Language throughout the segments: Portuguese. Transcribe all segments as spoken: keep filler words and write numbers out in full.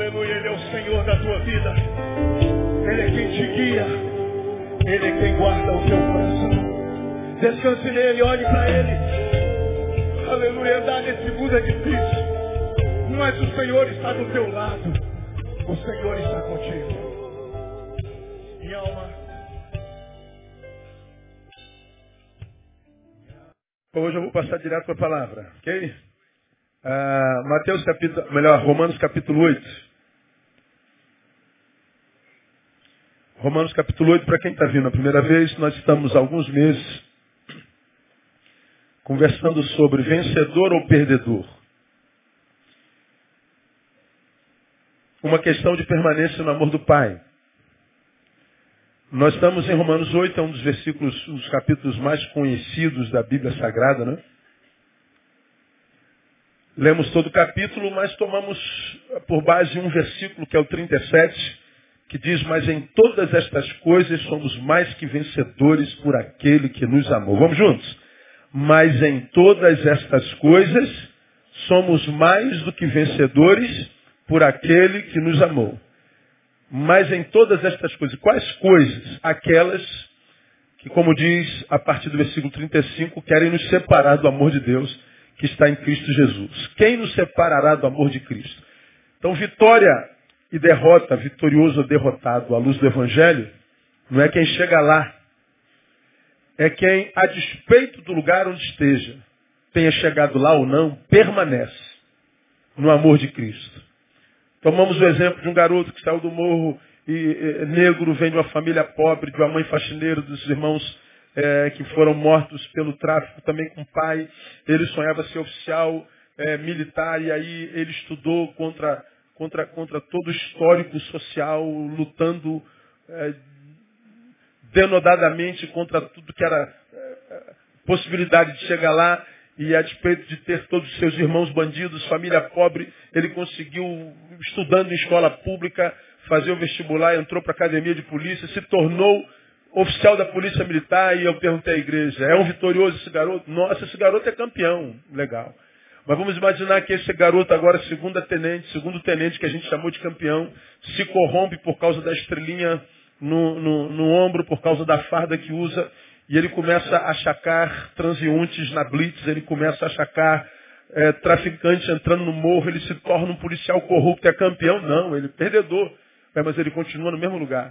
Aleluia, Ele é o Senhor da tua vida. Ele é quem te guia. Ele é quem guarda o teu coração. Descanse nele, olhe para Ele. Aleluia, andar nesse mundo é difícil. Mas o Senhor está do teu lado. O Senhor está contigo. Minha alma. Hoje eu vou passar direto para a palavra, ok? Ah, Mateus capítulo, melhor, Romanos capítulo oito. Romanos capítulo oito, para quem está vindo a primeira vez, nós estamos há alguns meses conversando sobre vencedor ou perdedor. Uma questão de permanência no amor do Pai. Nós estamos em Romanos oito, é um dos versículos, um dos capítulos mais conhecidos da Bíblia Sagrada, né? Lemos todo o capítulo, mas tomamos por base um versículo, que é o trinta e sete, que diz: mas em todas estas coisas somos mais que vencedores por aquele que nos amou. Vamos juntos? Mas em todas estas coisas somos mais do que vencedores por aquele que nos amou. Mas em todas estas coisas. Quais coisas? Aquelas que, como diz a partir do versículo trinta e cinco, querem nos separar do amor de Deus que está em Cristo Jesus. Quem nos separará do amor de Cristo? Então, vitória e derrota, vitorioso ou derrotado à luz do Evangelho, não é quem chega lá. É quem, a despeito do lugar onde esteja, tenha chegado lá ou não, permanece no amor de Cristo. Tomamos o exemplo de um garoto que saiu do morro e, e negro, vem de uma família pobre, de uma mãe faxineira, dos irmãos é, que foram mortos pelo tráfico, também com o pai. Ele sonhava ser oficial é, militar e aí ele estudou contra, contra, contra todo o histórico social, lutando é, denodadamente contra tudo que era é, possibilidade de chegar lá. E a despeito de ter todos os seus irmãos bandidos, família pobre, ele conseguiu, estudando em escola pública, fazer o vestibular, entrou para a academia de polícia, se tornou oficial da polícia militar. E eu perguntei à igreja: é um vitorioso esse garoto? Nossa, esse garoto é campeão. Legal. Mas vamos imaginar que esse garoto agora, segundo tenente, segundo tenente que a gente chamou de campeão, se corrompe por causa da estrelinha no, no, no ombro, por causa da farda que usa. E ele começa a achacar transeuntes na blitz, ele começa a achacar é, traficantes entrando no morro, ele se torna um policial corrupto, é campeão? Não, ele é perdedor, é, mas ele continua no mesmo lugar.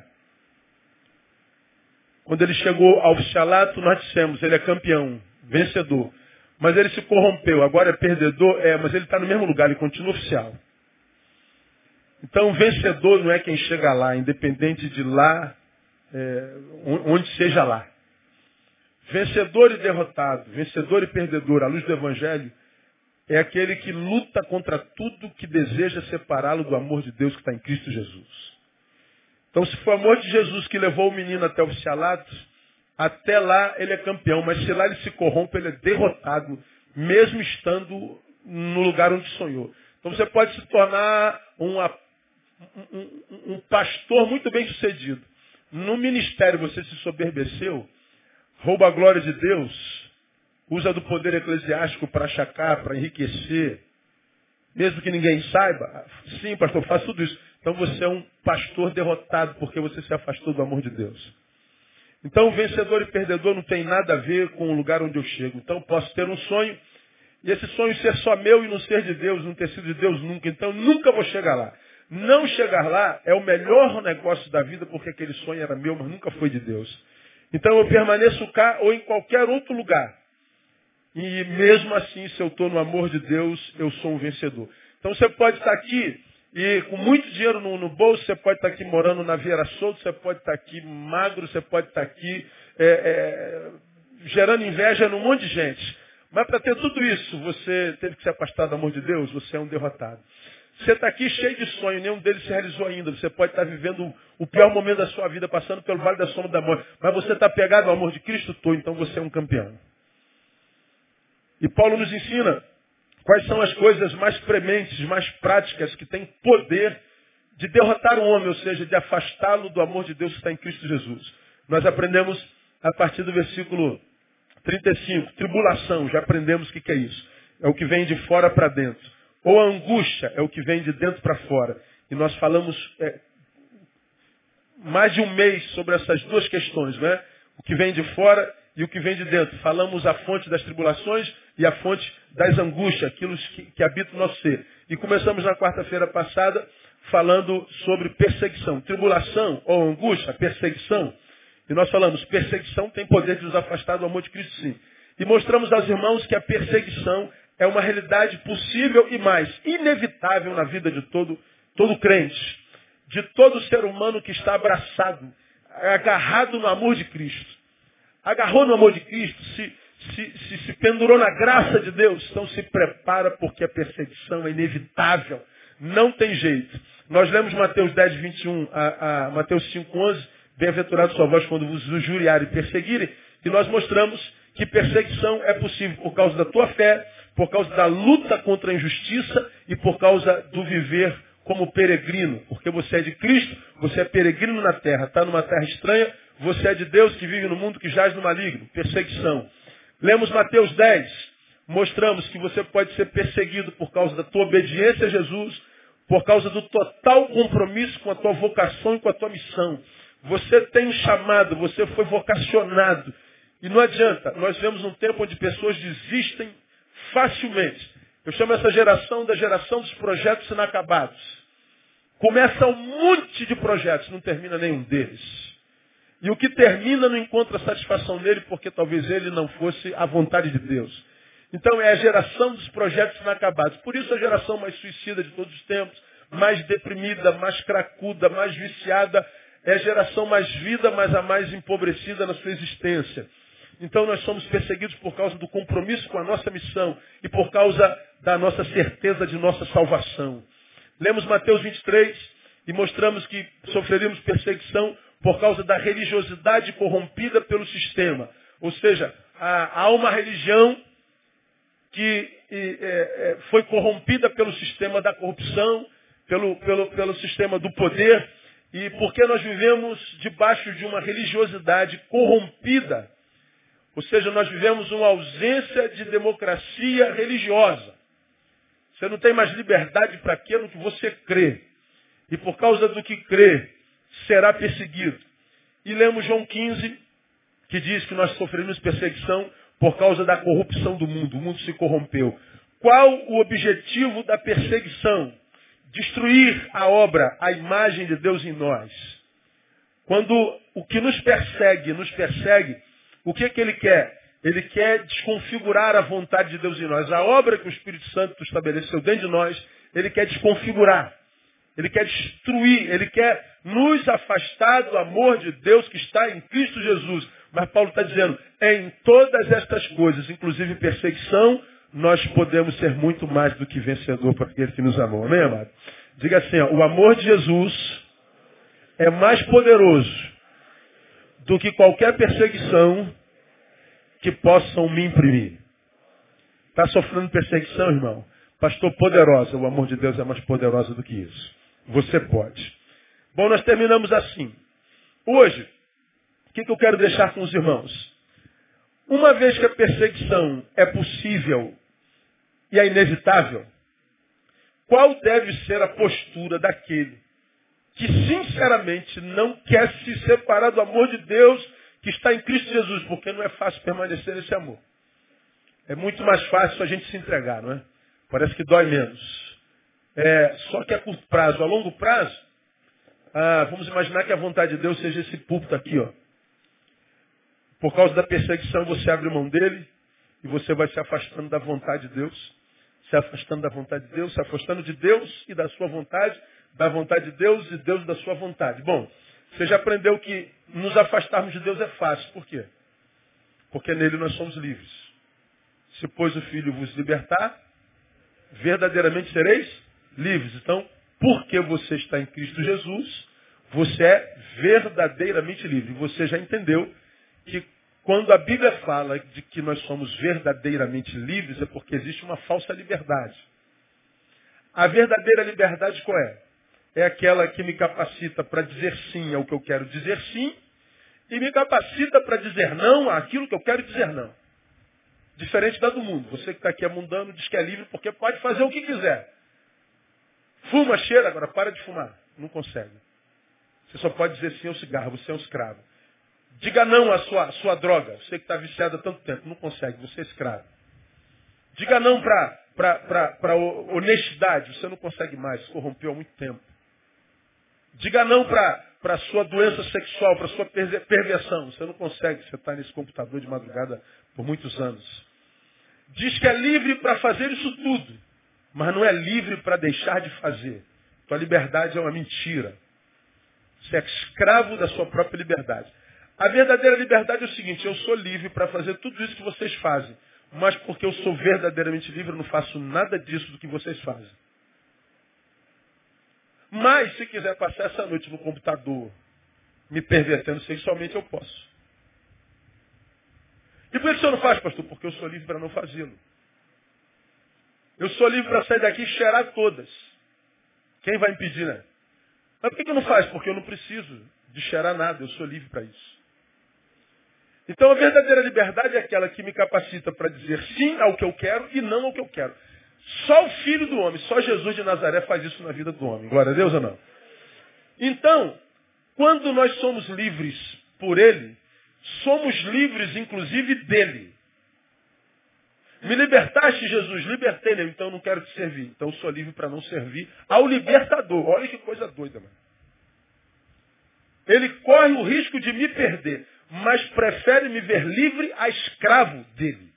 Quando ele chegou ao oficialato, nós dissemos: ele é campeão, vencedor. Mas ele se corrompeu, agora é perdedor, é, mas ele está no mesmo lugar, ele continua oficial. Então, vencedor não é quem chega lá, independente de lá, é, onde seja lá. Vencedor e derrotado, vencedor e perdedor, à luz do Evangelho, é aquele que luta contra tudo que deseja separá-lo do amor de Deus que está em Cristo Jesus. Então, se foi o amor de Jesus que levou o menino até o oficialato, até lá ele é campeão, mas se lá ele se corrompe, ele é derrotado, mesmo estando no lugar onde sonhou. Então, você pode se tornar uma, um, um, um pastor muito bem sucedido. No ministério você se soberbeceu, rouba a glória de Deus, usa do poder eclesiástico para achacar, para enriquecer, mesmo que ninguém saiba. Sim, pastor, faz tudo isso. Então você é um pastor derrotado, porque você se afastou do amor de Deus. Então, vencedor e perdedor não tem nada a ver com o lugar onde eu chego. Então, posso ter um sonho, e esse sonho ser só meu e não ser de Deus, não ter sido de Deus nunca. Então, nunca vou chegar lá. Não chegar lá é o melhor negócio da vida, porque aquele sonho era meu, mas nunca foi de Deus. Então eu permaneço cá ou em qualquer outro lugar. E mesmo assim, se eu estou no amor de Deus, eu sou um vencedor. Então você pode estar aqui e com muito dinheiro no, no bolso, você pode estar aqui morando na Vieira Solto, você pode estar aqui magro, você pode estar aqui é, é, gerando inveja num monte de gente. Mas para ter tudo isso, você teve que se afastar do amor de Deus, você é um derrotado. Você está aqui cheio de sonho, nenhum deles se realizou ainda. Você pode estar vivendo o pior momento da sua vida, passando pelo vale da sombra da morte. Mas você está pegado ao amor de Cristo todo, então você é um campeão. E Paulo nos ensina quais são as coisas mais prementes, mais práticas, que têm poder de derrotar o homem, ou seja, de afastá-lo do amor de Deus que está em Cristo Jesus. Nós aprendemos a partir do versículo trinta e cinco, tribulação, já aprendemos o que é isso. É o que vem de fora para dentro. Ou a angústia é o que vem de dentro para fora. E nós falamos é, mais de um mês sobre essas duas questões, né? O que vem de fora e o que vem de dentro. Falamos a fonte das tribulações e a fonte das angústias, aquilo que, que habita o nosso ser. E começamos na quarta-feira passada falando sobre perseguição. Tribulação ou angústia, perseguição. E nós falamos, perseguição tem poder de nos afastar do amor de Cristo, sim. E mostramos aos irmãos que a perseguição é uma realidade possível e mais inevitável na vida de todo, todo crente. De todo ser humano que está abraçado, agarrado no amor de Cristo. Agarrou no amor de Cristo, se, se, se, se pendurou na graça de Deus. Então se prepara porque a perseguição é inevitável. Não tem jeito. Nós lemos Mateus dez, vinte e um, a, a Mateus cinco, onze. Bem-aventurado sua voz quando vos injuriarem e perseguirem. E nós mostramos que perseguição é possível por causa da tua fé, por causa da luta contra a injustiça e por causa do viver como peregrino. Porque você é de Cristo, você é peregrino na terra, está numa terra estranha, você é de Deus que vive no mundo que jaz no maligno. Perseguição. Lemos Mateus dez, mostramos que você pode ser perseguido por causa da tua obediência a Jesus, por causa do total compromisso com a tua vocação e com a tua missão. Você tem um chamado, você foi vocacionado. E não adianta, nós vemos um tempo onde pessoas desistem facilmente. Eu chamo essa geração da geração dos projetos inacabados. Começa um monte de projetos, não termina nenhum deles. E o que termina não encontra satisfação nele, porque talvez ele não fosse a vontade de Deus. Então é a geração dos projetos inacabados. Por isso a geração mais suicida de todos os tempos, mais deprimida, mais cracuda, mais viciada, é a geração mais vida, mas a mais empobrecida na sua existência. Então nós somos perseguidos por causa do compromisso com a nossa missão e por causa da nossa certeza de nossa salvação. Lemos Mateus vinte e três e mostramos que sofreríamos perseguição por causa da religiosidade corrompida pelo sistema. Ou seja, há, há uma religião que e, é, foi corrompida pelo sistema da corrupção, pelo, pelo, pelo sistema do poder, e porque nós vivemos debaixo de uma religiosidade corrompida. Ou seja, nós vivemos uma ausência de democracia religiosa. Você não tem mais liberdade para aquilo que você crê. E por causa do que crê, será perseguido. E lemos João quinze, que diz que nós sofremos perseguição por causa da corrupção do mundo. O mundo se corrompeu. Qual o objetivo da perseguição? Destruir a obra, a imagem de Deus em nós. Quando o que nos persegue, nos persegue, o que, que ele quer? Ele quer desconfigurar a vontade de Deus em nós. A obra que o Espírito Santo estabeleceu dentro de nós, ele quer desconfigurar. Ele quer destruir, ele quer nos afastar do amor de Deus que está em Cristo Jesus. Mas Paulo está dizendo, em todas estas coisas, inclusive perseguição, nós podemos ser muito mais do que vencedor para aquele que nos amou. Amém, amado? Diga assim, ó, o amor de Jesus é mais poderoso do que qualquer perseguição que possam me imprimir. Está sofrendo perseguição, irmão? Pastor, poderosa. O amor de Deus é mais poderosa do que isso. Você pode. Bom, nós terminamos assim. Hoje, o que, que eu quero deixar com os irmãos? Uma vez que a perseguição é possível e é inevitável, qual deve ser a postura daquele que sinceramente não quer se separar do amor de Deus que está em Cristo Jesus? Porque não é fácil permanecer nesse amor. É muito mais fácil a gente se entregar, não é? Parece que dói menos. É, só que a curto prazo. A longo prazo, ah, vamos imaginar que a vontade de Deus seja esse púlpito aqui, ó. Por causa da perseguição, você abre mão dele e você vai se afastando da vontade de Deus, se afastando da vontade de Deus, se afastando de Deus e da sua vontade, da vontade de Deus e Deus da sua vontade. Bom, você já aprendeu que nos afastarmos de Deus é fácil. Por quê? Porque nele nós somos livres. Se, pois, o Filho vos libertar, verdadeiramente sereis livres. Então, porque você está em Cristo Jesus, você é verdadeiramente livre. Você já entendeu que quando a Bíblia fala de que nós somos verdadeiramente livres, é porque existe uma falsa liberdade. A verdadeira liberdade qual é? É aquela que me capacita para dizer sim ao que eu quero dizer sim e me capacita para dizer não àquilo que eu quero dizer não. Diferente da do mundo. Você que está aqui é mundano diz que é livre porque pode fazer o que quiser. Fuma, cheira, agora para de fumar. Não consegue. Você só pode dizer sim ao cigarro, você é um escravo. Diga não à sua, à sua droga, você que está viciado há tanto tempo, não consegue, você é escravo. Diga não para a honestidade, você não consegue mais, se corrompeu há muito tempo. Diga não para a sua doença sexual, para a sua perversão, você não consegue, você está nesse computador de madrugada por muitos anos. Diz que é livre para fazer isso tudo, mas não é livre para deixar de fazer. Tua liberdade é uma mentira. Você é escravo da sua própria liberdade. A verdadeira liberdade é o seguinte, eu sou livre para fazer tudo isso que vocês fazem, mas porque eu sou verdadeiramente livre, eu não faço nada disso do que vocês fazem. Mas, se quiser passar essa noite no computador, me pervertendo sexualmente, eu posso. E por que o senhor não faz, pastor? Porque eu sou livre para não fazê-lo. Eu sou livre para sair daqui e cheirar todas. Quem vai impedir, né? Mas por que não faz? Porque eu não preciso de cheirar nada, eu sou livre para isso. Então a verdadeira liberdade é aquela que me capacita para dizer sim ao que eu quero e não ao que eu quero. Só o Filho do Homem, só Jesus de Nazaré faz isso na vida do homem. Glória a Deus ou não? Então, quando nós somos livres por Ele, somos livres inclusive dele. Me libertaste, Jesus, libertei-me, então eu não quero te servir. Então eu sou livre para não servir ao libertador. Olha que coisa doida, mano. Ele corre o risco de me perder, mas prefere me ver livre a escravo dele.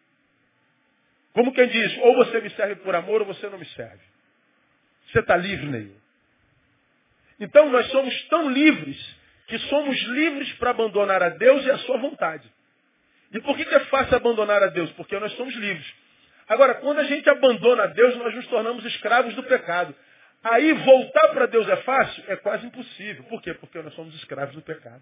Como quem diz, ou você me serve por amor ou você não me serve. Você está livre, Neil. Então nós somos tão livres que somos livres para abandonar a Deus e a sua vontade. E por que é fácil abandonar a Deus? Porque nós somos livres. Agora, quando a gente abandona a Deus, nós nos tornamos escravos do pecado. Aí voltar para Deus é fácil? É quase impossível. Por quê? Porque nós somos escravos do pecado.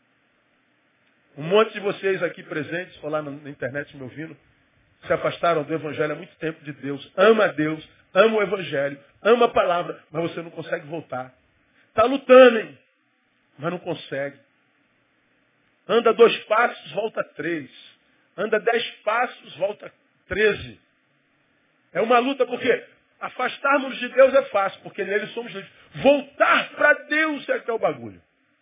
Um monte de vocês aqui presentes, ou lá na internet me ouvindo, se afastaram do Evangelho há muito tempo de Deus. Ama a Deus, ama o Evangelho, ama a palavra, mas você não consegue voltar. Está lutando, hein? Mas não consegue. Anda dois passos, volta três. Anda dez passos, volta treze. É uma luta porque afastarmos de Deus é fácil, porque nele somos livres. Voltar para Deus é que é o bagulho.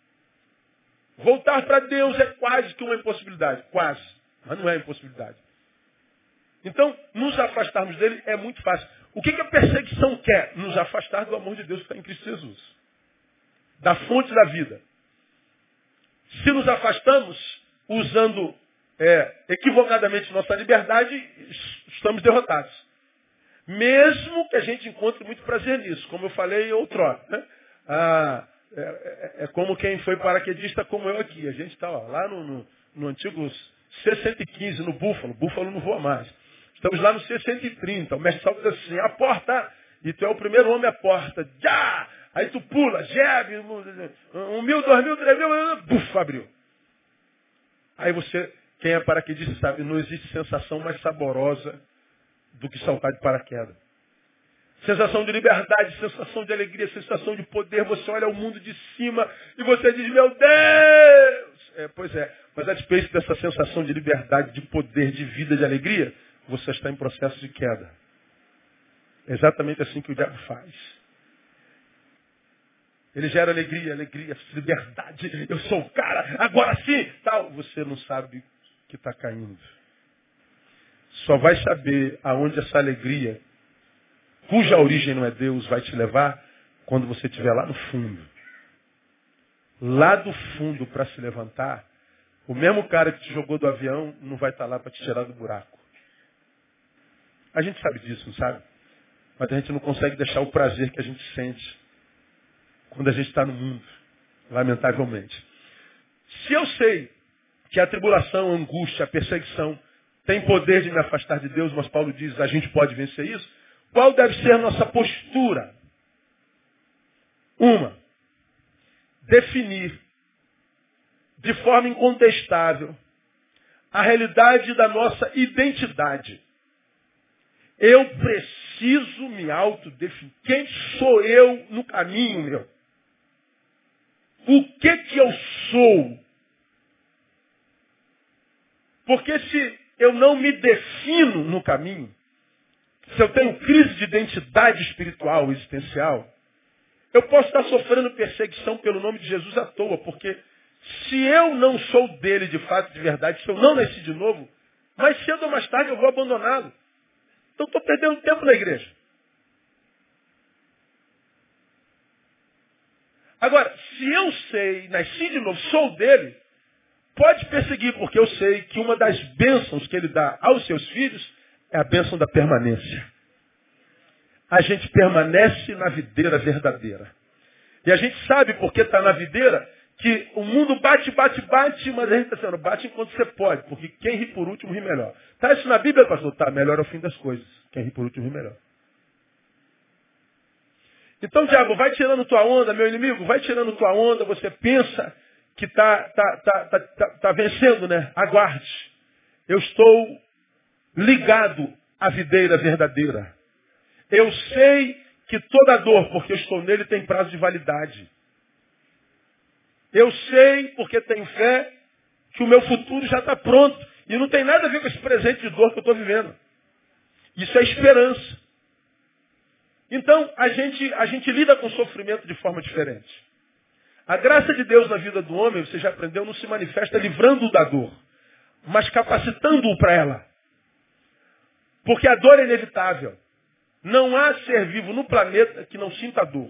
Voltar para Deus é quase que uma impossibilidade. Quase. Mas não é impossibilidade. Então, nos afastarmos dele é muito fácil. O que, que a perseguição quer? Nos afastar do amor de Deus que está em Cristo Jesus. Da fonte da vida. Se nos afastamos, usando é, equivocadamente nossa liberdade, estamos derrotados. Mesmo que a gente encontre muito prazer nisso, como eu falei outrora. Né? Ah, é, é, é como quem foi paraquedista como eu aqui. A gente está lá no, no, no antigo C cento e quinze, no Búfalo. Búfalo não voa mais. Estamos lá no C cento e trinta. O mestre Saulo diz assim, a porta, e tu é o primeiro homem à porta. Já! Aí tu pula, jebe, um mil, dois mil, três mil, buf, abriu. Aí você, quem é paraquedista sabe, não existe sensação mais saborosa do que saltar de paraquedas. Sensação de liberdade, sensação de alegria, sensação de poder. Você olha o mundo de cima e você diz, meu Deus! É, pois é, mas a despeito dessa sensação de liberdade, de poder, de vida, de alegria, você está em processo de queda. É exatamente assim que o diabo faz. Ele gera alegria, alegria, liberdade. Eu sou o cara, agora sim. Tal. Você não sabe que está caindo. Só vai saber aonde essa alegria, cuja origem não é Deus, vai te levar quando você estiver lá no fundo. Lá do fundo para se levantar, o mesmo cara que te jogou do avião não vai estar lá para te tirar do buraco. A gente sabe disso, não sabe? Mas a gente não consegue deixar o prazer que a gente sente quando a gente está no mundo, lamentavelmente. Se eu sei que a tribulação, a angústia, a perseguição tem poder de me afastar de Deus, mas Paulo diz, a gente pode vencer isso, qual deve ser a nossa postura? Uma, definir de forma incontestável a realidade da nossa identidade. Eu preciso me autodefinir. Quem sou eu no caminho, meu? O que que eu sou? Porque se eu não me defino no caminho, se eu tenho crise de identidade espiritual, existencial, eu posso estar sofrendo perseguição pelo nome de Jesus à toa, porque se eu não sou dele de fato, de verdade, se eu não nasci de novo, mais cedo ou mais tarde eu vou abandoná-lo. Então estou perdendo tempo na igreja. Agora, se eu sei, nasci de novo, sou dele, pode perseguir, porque eu sei que uma das bênçãos que ele dá aos seus filhos é a bênção da permanência. A gente permanece na videira verdadeira. E a gente sabe, porque está na videira, que o mundo bate, bate, bate, mas a gente está dizendo, bate enquanto você pode, porque quem ri por último ri melhor. Está isso na Bíblia, pastor? Tá, melhor é o fim das coisas. Quem ri por último ri melhor. Então, diabo, vai tirando tua onda, meu inimigo, vai tirando tua onda, você pensa que está tá, tá, tá, tá, tá vencendo, né? Aguarde. Eu estou ligado à videira verdadeira. Eu sei que toda dor, porque eu estou nele, tem prazo de validade. Eu sei, porque tenho fé, que o meu futuro já está pronto. E não tem nada a ver com esse presente de dor que eu estou vivendo. Isso é esperança. Então, a gente, a gente lida com o sofrimento de forma diferente. A graça de Deus na vida do homem, você já aprendeu, não se manifesta livrando-o da dor, mas capacitando-o para ela. Porque a dor é inevitável. Não há ser vivo no planeta que não sinta dor.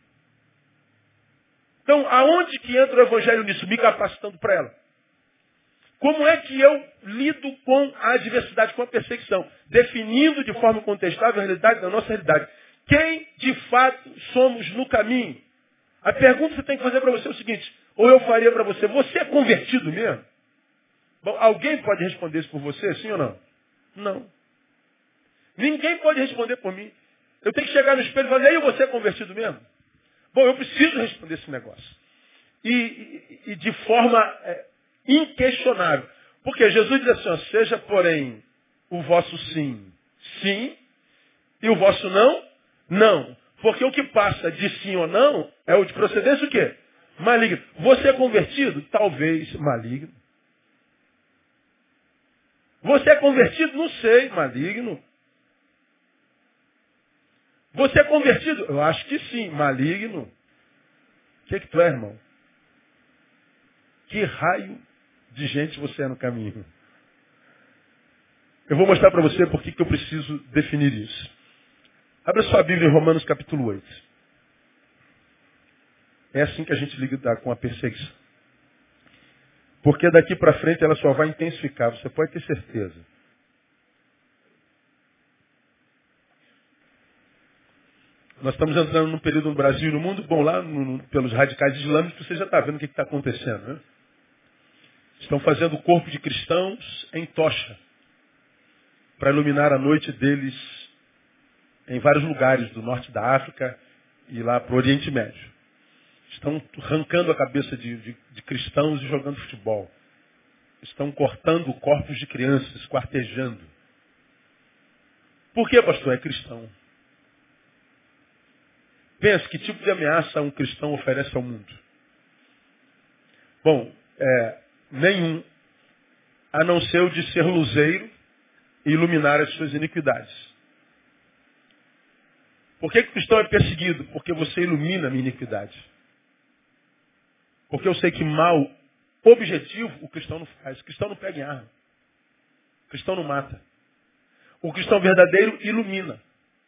Então, aonde que entra o Evangelho nisso? Me capacitando para ela. Como é que eu lido com a adversidade, com a perseguição? Definindo de forma contestável a realidade da nossa realidade. Quem, de fato, somos no caminho? A pergunta que você tem que fazer para você é o seguinte, ou eu faria para você, você é convertido mesmo? Bom, alguém pode responder isso por você, sim ou não? Não. Ninguém pode responder por mim. Eu tenho que chegar no espelho e falar, e aí você é convertido mesmo? Bom, eu preciso responder esse negócio. E, e, e de forma é, inquestionável. Porque Jesus diz assim, ó, seja, porém, o vosso sim, sim, e o vosso não, não. Porque o que passa de sim ou não é o de procedência o quê? Maligno. Você é convertido? Talvez maligno. Você é convertido? Não sei, maligno. Você é convertido? Eu acho que sim, maligno. O que, que tu é, irmão? Que raio de gente você é no caminho? Eu vou mostrar para você por que eu preciso definir isso. Abra sua Bíblia em Romanos capítulo oito. É assim que a gente lida com a perseguição. Porque daqui para frente ela só vai intensificar, você pode ter certeza. Nós estamos entrando num período no Brasil e no mundo, bom, lá no, no, pelos radicais islâmicos, você já está vendo o que está acontecendo, né? Estão fazendo o corpo de cristãos em tocha, para iluminar a noite deles em vários lugares do norte da África e lá para o Oriente Médio. Estão arrancando a cabeça de, de, de cristãos e jogando futebol. Estão cortando corpos de crianças, esquartejando. Por que, pastor? É cristão. Pense, que tipo de ameaça um cristão oferece ao mundo? Bom, é, nenhum, a não ser o de ser luzeiro e iluminar as suas iniquidades. Por que o cristão é perseguido? Porque você ilumina a minha iniquidade. Porque eu sei que mal objetivo o cristão não faz. O cristão não pega em arma. O cristão não mata. O cristão verdadeiro ilumina.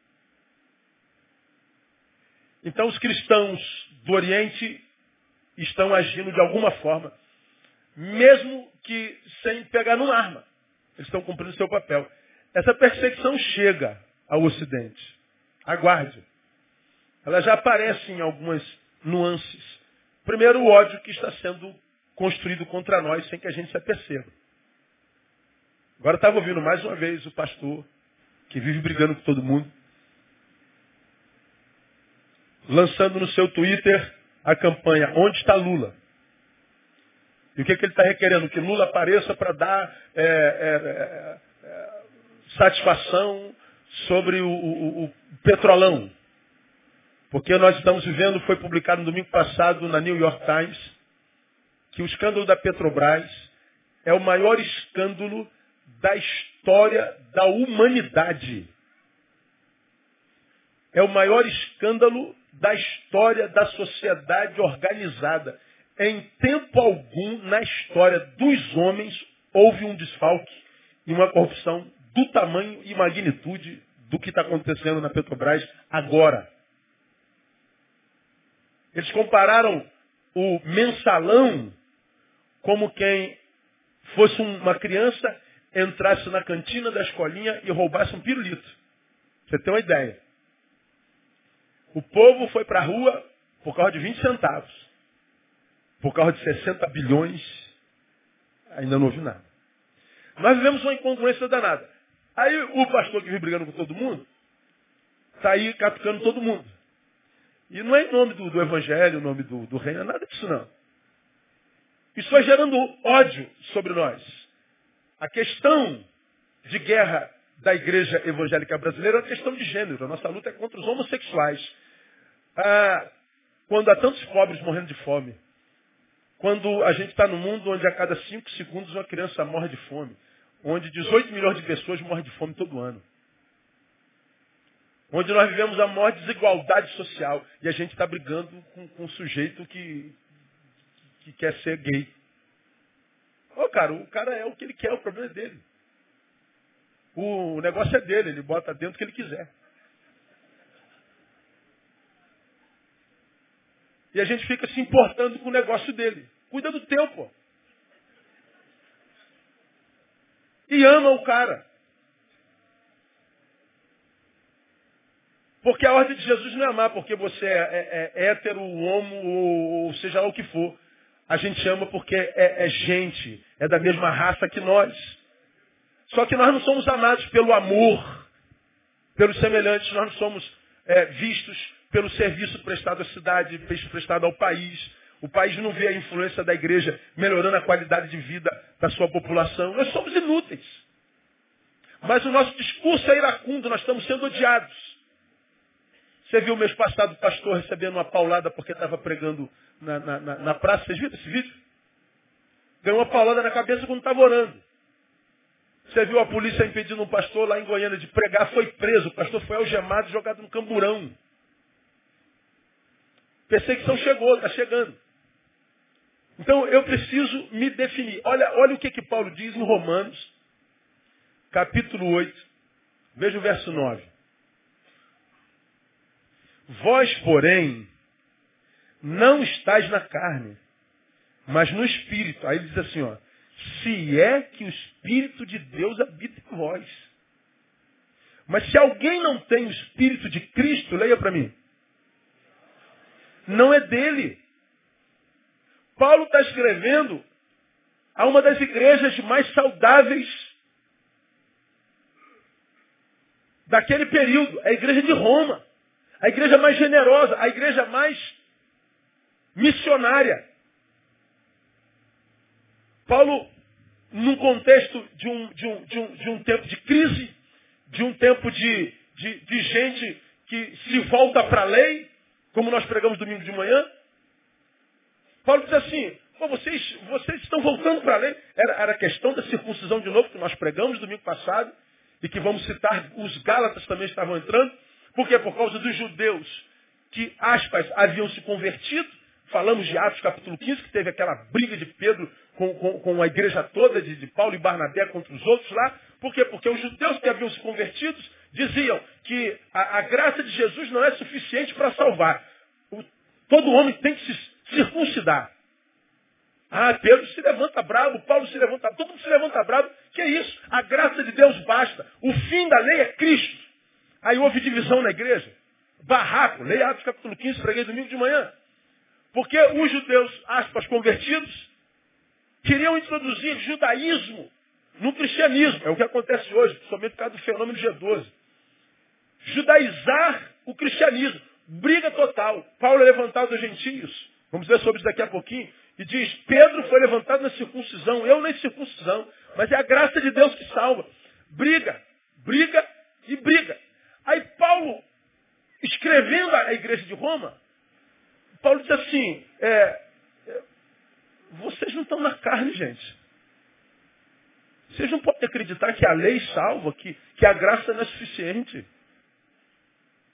Então os cristãos do Oriente estão agindo de alguma forma, mesmo que sem pegar numa arma. Eles estão cumprindo o seu papel. Essa perseguição chega ao Ocidente. Aguarde. Ela já aparece em algumas nuances. Primeiro, o ódio que está sendo construído contra nós sem que a gente se aperceba. Agora estava ouvindo mais uma vez o pastor, que vive brigando com todo mundo, lançando no seu Twitter a campanha Onde está Lula? E o que, que ele está requerendo? Que Lula apareça para dar é, é, é, satisfação sobre o, o, o petrolão. Porque nós estamos vivendo, foi publicado no domingo passado na New York Times, que o escândalo da Petrobras é o maior escândalo da história da humanidade. é o maior escândalo da história da sociedade organizada. Em tempo algum, na história dos homens, houve um desfalque e uma corrupção do tamanho e magnitude do que está acontecendo na Petrobras agora. Eles compararam o mensalão como quem fosse uma criança, entrasse na cantina da escolinha e roubasse um pirulito. Você tem uma ideia. O povo foi para a rua por causa de vinte centavos. Por causa de sessenta bilhões, ainda não houve nada. Nós vivemos uma incongruência danada. Aí o pastor que vive brigando com todo mundo, está aí catucando todo mundo. E não é em nome do, do evangelho, em nome do, do reino, nada disso não. Isso vai gerando ódio sobre nós. A questão de guerra da igreja evangélica brasileira é uma questão de gênero. A nossa luta é contra os homossexuais. Ah, quando há tantos pobres morrendo de fome. Quando a gente está num mundo onde a cada cinco segundos uma criança morre de fome. Onde dezoito milhões de pessoas morrem de fome todo ano. Onde nós vivemos a maior desigualdade social. E a gente está brigando com, com um sujeito que, que quer ser gay. Ô, cara, o cara é o que ele quer, o problema é dele. O negócio é dele, ele bota dentro o que ele quiser. E a gente fica se importando com o negócio dele. Cuida do teu, pô. E ama o cara. Porque a ordem de Jesus não é amar porque você é, é, é hétero, homo, ou, ou seja lá o que for. A gente ama porque é, é gente, é da mesma raça que nós. Só que nós não somos amados pelo amor, pelos semelhantes, nós não somos é, vistos pelo serviço prestado à cidade, prestado ao país. O país não vê a influência da igreja melhorando a qualidade de vida da sua população. Nós somos inúteis. Mas o nosso discurso é iracundo, nós estamos sendo odiados. Você viu mês passado o pastor recebendo uma paulada porque estava pregando na, na, na, na praça? Vocês viram esse vídeo? Ganhou uma paulada na cabeça quando estava orando. Você viu a polícia impedindo um pastor lá em Goiânia de pregar, foi preso. O pastor foi algemado e jogado no camburão. Perseguição chegou, está chegando. Então eu preciso me definir. Olha, olha o que, que Paulo diz em Romanos, capítulo oito. Veja o verso nove. Vós, porém, não estáis na carne, mas no Espírito. Aí ele diz assim, ó, se é que o Espírito de Deus habita em vós. Mas se alguém não tem o Espírito de Cristo, leia para mim, não é dele. Paulo está escrevendo a uma das igrejas mais saudáveis daquele período, a igreja de Roma. A igreja mais generosa, a igreja mais missionária. Paulo, num contexto de um, de um, de um, de um tempo de crise, de um tempo de, de, de gente que se volta para a lei, como nós pregamos domingo de manhã, Paulo diz assim, pô, vocês, vocês estão voltando para a lei. Era, era a questão da circuncisão de novo, que nós pregamos domingo passado, e que vamos citar, os Gálatas também estavam entrando. Por quê? Por causa dos judeus que, aspas, haviam se convertido. Falamos de Atos capítulo quinze, que teve aquela briga de Pedro com, com, com a igreja toda, de, de Paulo e Barnabé contra os outros lá. Por quê? Porque os judeus que haviam se convertido diziam que a, a graça de Jesus não é suficiente para salvar. O, todo homem tem que se circuncidar. Ah, Pedro se levanta bravo, Paulo se levanta bravo, todo mundo se levanta bravo. Que é isso? A graça de Deus basta. O fim da lei é Cristo. Aí houve divisão na igreja. Barraco. Leia Atos capítulo quinze, preguei domingo de manhã. Porque os judeus, aspas, convertidos, queriam introduzir judaísmo no cristianismo. É o que acontece hoje, principalmente por causa do fenômeno G doze. Judaizar o cristianismo. Briga total. Paulo é levantado dos gentios. Vamos ver sobre isso daqui a pouquinho. E diz, Pedro foi levantado na circuncisão. Eu na circuncisão. Mas é a graça de Deus que salva. Briga. Briga e briga. Aí Paulo, escrevendo a igreja de Roma, Paulo diz assim, é, é, vocês não estão na carne, gente. Vocês não podem acreditar que a lei salva, que, que a graça não é suficiente.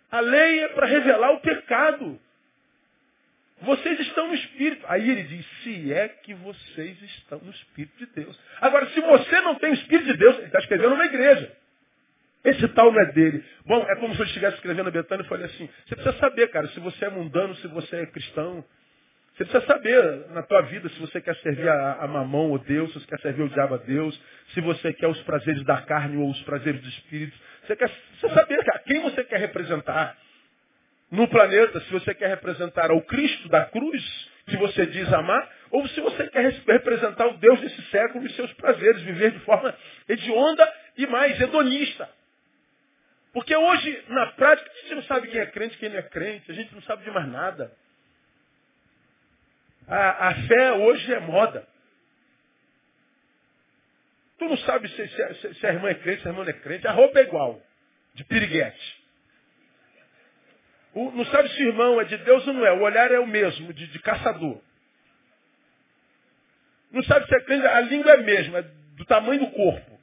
A lei é para revelar o pecado. Vocês estão no Espírito. Aí ele diz, se é que vocês estão no Espírito de Deus. Agora, se você não tem o Espírito de Deus, ele está escrevendo uma igreja. Esse tal não é dele. Bom, é como se eu estivesse escrevendo a Betânia e falei assim, você precisa saber, cara, se você é mundano, se você é cristão. Você precisa saber na tua vida se você quer servir a, a mamão ou Deus, se você quer servir o diabo a Deus, se você quer os prazeres da carne ou os prazeres do Espírito. Você quer você saber, cara, quem você quer representar no planeta, se você quer representar o Cristo da cruz, que você diz amar, ou se você quer representar o Deus desse século e seus prazeres, viver de forma hedionda e mais hedonista. Porque hoje, na prática, a gente não sabe quem é crente e quem não é crente, a gente não sabe de mais nada. A, a fé hoje é moda. Tu não sabe se, se, se a irmã é crente, se a irmã não é crente. A roupa é igual, de piriguete. O, não sabe se o irmão é de Deus ou não é. O olhar é o mesmo, de, de caçador. Não sabe se é crente, a língua é a mesma, é do tamanho do corpo.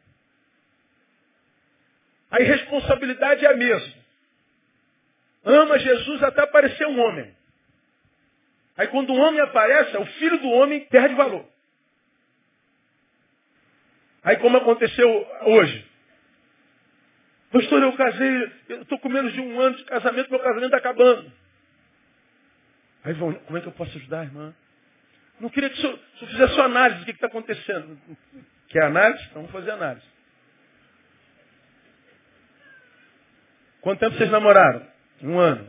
A irresponsabilidade é a mesma. Ama Jesus até parecer um homem. Aí quando um homem aparece, o filho do homem perde valor. Aí como aconteceu hoje. Pastor, eu casei, eu estou com menos de um ano de casamento, meu casamento está acabando. Aí vão, como é que eu posso ajudar, irmã? Não queria que o senhor, o senhor fizesse uma análise do que está acontecendo. Quer análise? Então vamos fazer análise. Quanto tempo vocês namoraram? Um ano.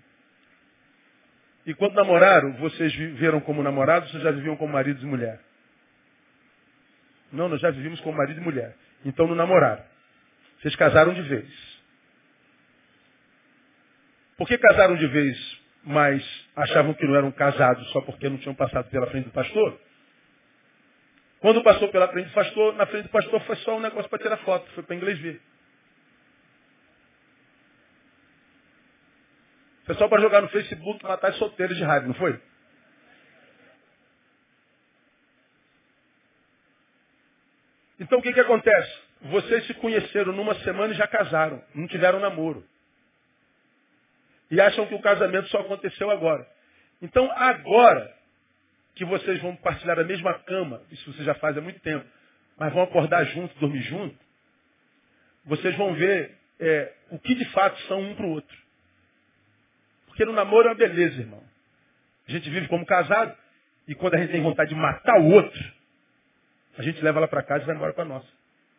E quando namoraram, vocês viveram como namorados ou já viviam como marido e mulher? Não, nós já vivíamos como marido e mulher. Então não namoraram. Vocês casaram de vez. Por que casaram de vez, mas achavam que não eram casados só porque não tinham passado pela frente do pastor? Quando passou pela frente do pastor, na frente do pastor foi só um negócio para tirar foto. Foi para inglês ver. Foi só para jogar no Facebook e matar os solteiros de raiva, não foi? Então o que, que acontece? Vocês se conheceram numa semana e já casaram. Não tiveram namoro. E acham que o casamento só aconteceu agora. Então agora que vocês vão partilhar a mesma cama, isso vocês já fazem há muito tempo, mas vão acordar juntos, dormir juntos, vocês vão ver é, o que de fato são um para o outro. Porque no namoro é uma beleza, irmão. A gente vive como casado e quando a gente tem vontade de matar o outro, a gente leva ela para casa e vai embora para a nossa.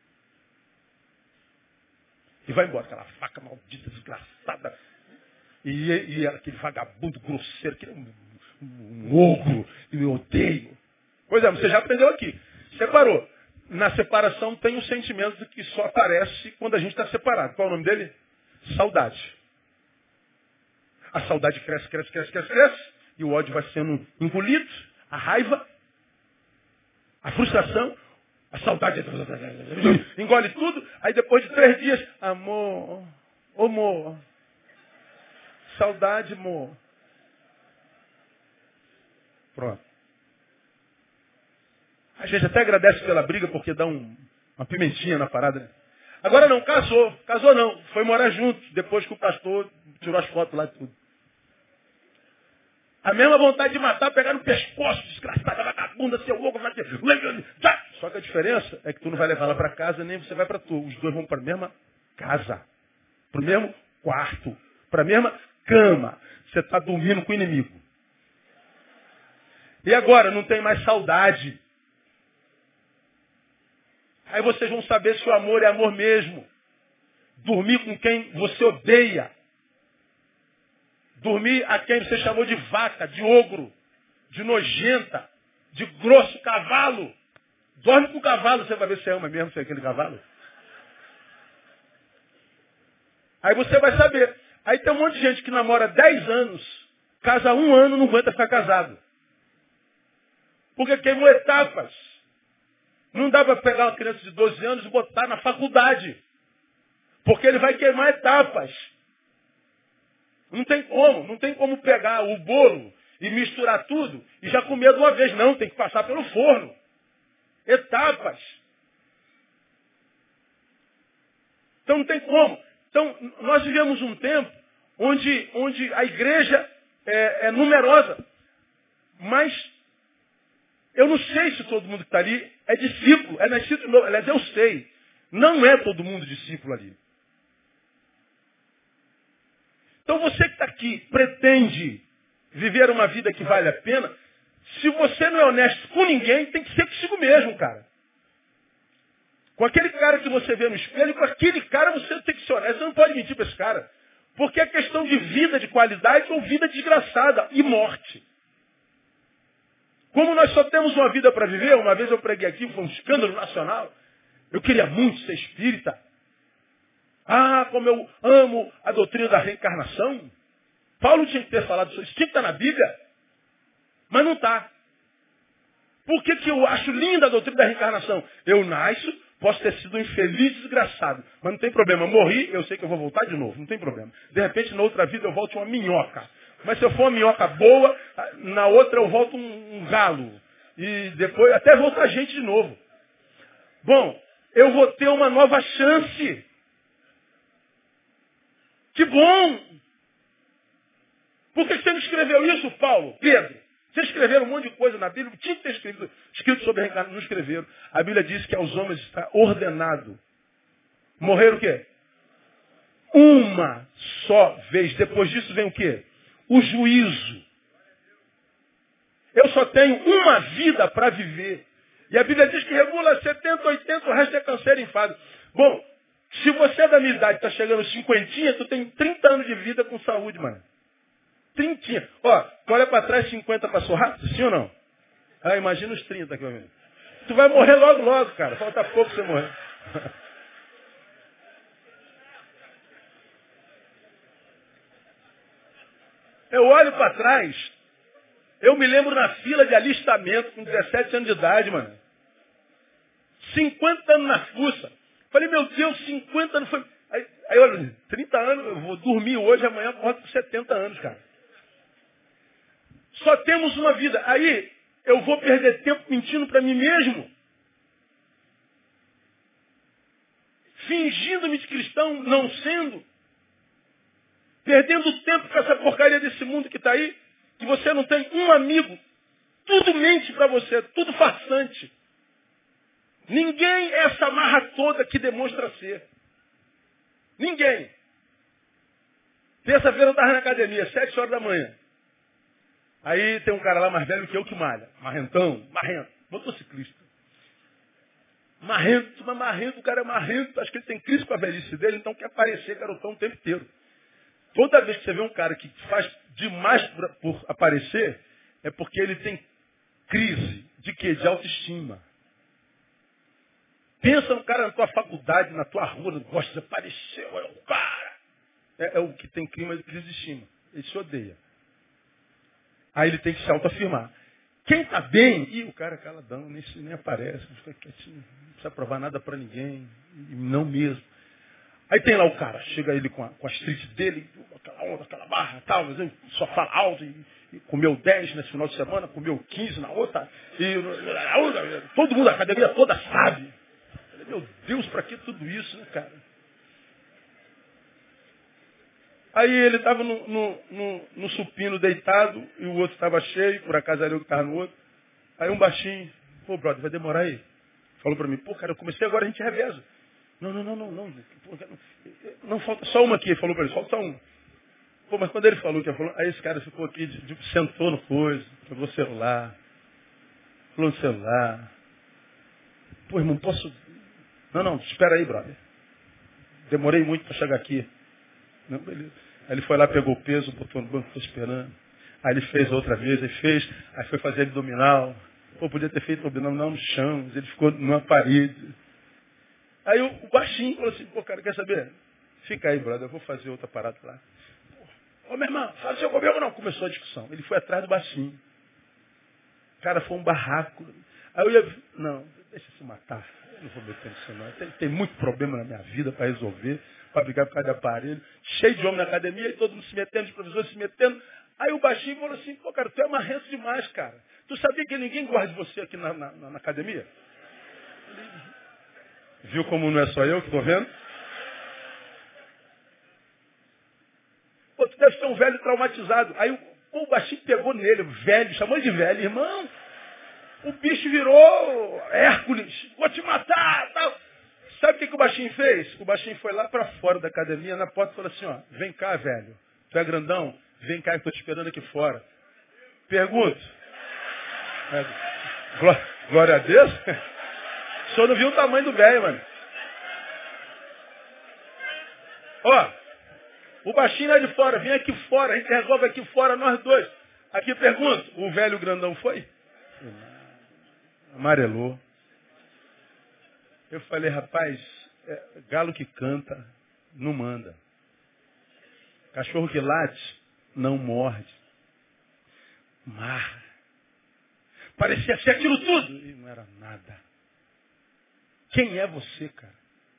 E vai embora, aquela faca maldita, desgraçada. E, e aquele vagabundo grosseiro, que é um, um, um ogro, e eu odeio. Pois é, você já aprendeu aqui. Separou. Na separação tem um sentimento que só aparece quando a gente está separado. Qual é o nome dele? Saudade. A saudade cresce, cresce, cresce, cresce, cresce. E o ódio vai sendo engolido. A raiva. A frustração. A saudade engole tudo. Aí depois de três dias, amor, amor, saudade, amor. Pronto. A gente até agradece pela briga porque dá um, uma pimentinha na parada, né? Agora não, casou. Casou não. Foi morar junto. Depois que o pastor tirou as fotos lá e tudo. A mesma vontade de matar, pegar no pescoço, desgraçada, vagabunda, seu louco, vai ter... Só que a diferença é que tu não vai levar ela para casa, nem você vai para tu. Os dois vão para a mesma casa. Para o mesmo quarto. Para a mesma cama. Você está dormindo com o inimigo. E agora, não tem mais saudade. Aí vocês vão saber se o amor é amor mesmo. Dormir com quem você odeia. Dormir a quem você chamou de vaca, de ogro, de nojenta, de grosso cavalo. Dorme com o cavalo, você vai ver se ama mesmo, se é aquele cavalo. Aí você vai saber. Aí tem um monte de gente que namora dez anos, casa um ano, não aguenta ficar casado. Porque queimou etapas. Não dá para pegar uma criança de doze anos e botar na faculdade. Porque ele vai queimar etapas. Não tem como. Não tem como pegar o bolo e misturar tudo e já comer de uma vez. Não, tem que passar pelo forno. Etapas. Então não tem como. Então nós vivemos um tempo onde, onde a igreja é, é numerosa. Mas eu não sei se todo mundo que está ali é discípulo, é nascido de novo. Aliás, eu sei. Não é todo mundo discípulo ali. Então você que está aqui, pretende viver uma vida que vale a pena, se você não é honesto com ninguém, tem que ser consigo mesmo, cara. Com aquele cara que você vê no espelho, com aquele cara você tem que ser honesto. Você não pode mentir para esse cara. Porque é questão de vida de qualidade ou vida desgraçada e morte. Como nós só temos uma vida para viver, uma vez eu preguei aqui, foi um escândalo nacional. Eu queria muito ser espírita. Ah, como eu amo a doutrina da reencarnação. Paulo tinha que ter falado isso. Isso tinha que estar na Bíblia. Mas não está. Por que, que eu acho linda a doutrina da reencarnação? Eu nasço, posso ter sido um infeliz desgraçado. Mas não tem problema. Morri, eu sei que eu vou voltar de novo. Não tem problema. De repente, na outra vida, eu volto uma minhoca. Mas se eu for uma minhoca boa, na outra eu volto um, um galo. E depois até voltar gente de novo. Bom, eu vou ter uma nova chance. Que bom! Por que você não escreveu isso, Paulo? Pedro, vocês escreveram um monte de coisa na Bíblia, tinha que ter escrito, escrito sobre a reencarnação, não escreveram. A Bíblia diz que aos homens está ordenado. Morrer o quê? Uma só vez. Depois disso vem o quê? O juízo. Eu só tenho uma vida para viver. E a Bíblia diz que regula setenta, oitenta, o resto é câncer e enfado. Bom, se você é da minha idade, está chegando aos cinquentinha, tu tem trinta anos de vida com saúde, mano. Trintinha. Ó, tu olha para trás, cinquenta passou rápido, sim ou não? Ah, imagina os trinta aqui, meu. Tu vai morrer logo, logo, cara. Falta pouco pra você morrer. Eu olho para trás, eu me lembro na fila de alistamento com dezessete anos de idade, mano. cinquenta anos na fuça. Falei, meu Deus, cinquenta anos foi... Aí, aí olha, trinta anos, eu vou dormir hoje, amanhã acordo com setenta anos, cara. Só temos uma vida. Aí, eu vou perder tempo mentindo para mim mesmo. Fingindo-me de cristão, não sendo. Perdendo tempo com essa porcaria desse mundo que está aí, que você não tem um amigo. Tudo mente para você, tudo farsante. Ninguém é essa marra toda que demonstra ser. Ninguém. Terça-feira eu estava na academia, sete horas da manhã. Aí tem um cara lá mais velho que eu que malha. Marrentão, marrento, motociclista. Marrento, mas marrento, o cara é marrento. Acho que ele tem crise com a velhice dele, então quer aparecer garotão o tempo inteiro. Toda vez que você vê um cara que faz demais por, por aparecer, é porque ele tem crise de quê? De autoestima. Pensa no cara na tua faculdade, na tua rua, não gosta de aparecer, é o cara. É, é o que tem clima de crise de estima. Ele se odeia. Aí ele tem que se autoafirmar. Quem está bem, e o cara caladão, nem, nem aparece, fica quietinho, não precisa provar nada para ninguém, não mesmo. Aí tem lá o cara, chega ele com a, com a street dele, aquela onda, aquela barra, tal, mas ele só fala alto, e, e comeu dez nesse final de semana, comeu quinze na outra, e todo mundo, a academia toda sabe. Meu Deus, para que tudo isso, né, cara? Aí ele estava no, no, no, no supino deitado, e o outro estava cheio, por acaso era eu que estava no outro. Aí um baixinho, pô, brother, vai demorar aí? Falou para mim, pô, cara, eu comecei agora, a gente reveza. Não, não, não, não, não. Não falta só uma aqui, ele falou para ele, falta só uma. Pô, mas quando ele falou que falou, aí esse cara ficou aqui, tipo, sentou no coisa, pegou o celular, falou no celular. Pô, irmão, posso... Não, não, espera aí, brother. Demorei muito para chegar aqui. Não, beleza. Aí ele foi lá, pegou o peso, botou no banco, ficou esperando. Aí ele fez outra vez, aí fez, aí foi fazer abdominal. Pô, podia ter feito abdominal não no chão, ele ficou numa parede. Aí o, o baixinho falou assim, pô, cara, quer saber? Fica aí, brother, eu vou fazer outra parada lá. Ô, meu irmão, fala seu comigo não. Começou a discussão. Ele foi atrás do baixinho. Cara, foi um barraco. Aí eu ia, não, deixa se matar. Eu não vou meter nisso não. Tem, tem muito problema na minha vida para resolver, para brigar por causa de aparelho. Cheio de homem na academia, e todo mundo se metendo, os professores se metendo. Aí o baixinho falou assim, pô, cara, tu é marrento demais, cara. Tu sabia que ninguém gosta de você aqui na, na, na academia? Viu como não é só eu que estou vendo? Pô, deve ser um velho traumatizado. Aí o, o baixinho pegou nele, velho, chamou de velho, irmão. O bicho virou Hércules, vou te matar, tal. Sabe o que, que o baixinho fez? O baixinho foi lá para fora da academia, na porta, e falou assim, ó, vem cá, velho. Tu é grandão? Vem cá, que estou te esperando aqui fora. Pergunto. É, glória, glória a Deus. O senhor não viu o tamanho do velho, mano. Ó, o baixinho lá de fora, vem aqui fora, a gente resolve aqui fora, nós dois. Aqui pergunto, o velho grandão foi? Amarelou. Eu falei, rapaz, é, galo que canta, não manda. Cachorro que late, não morde. Marra. Parecia ser aquilo tudo. E não era nada. Quem é você, cara?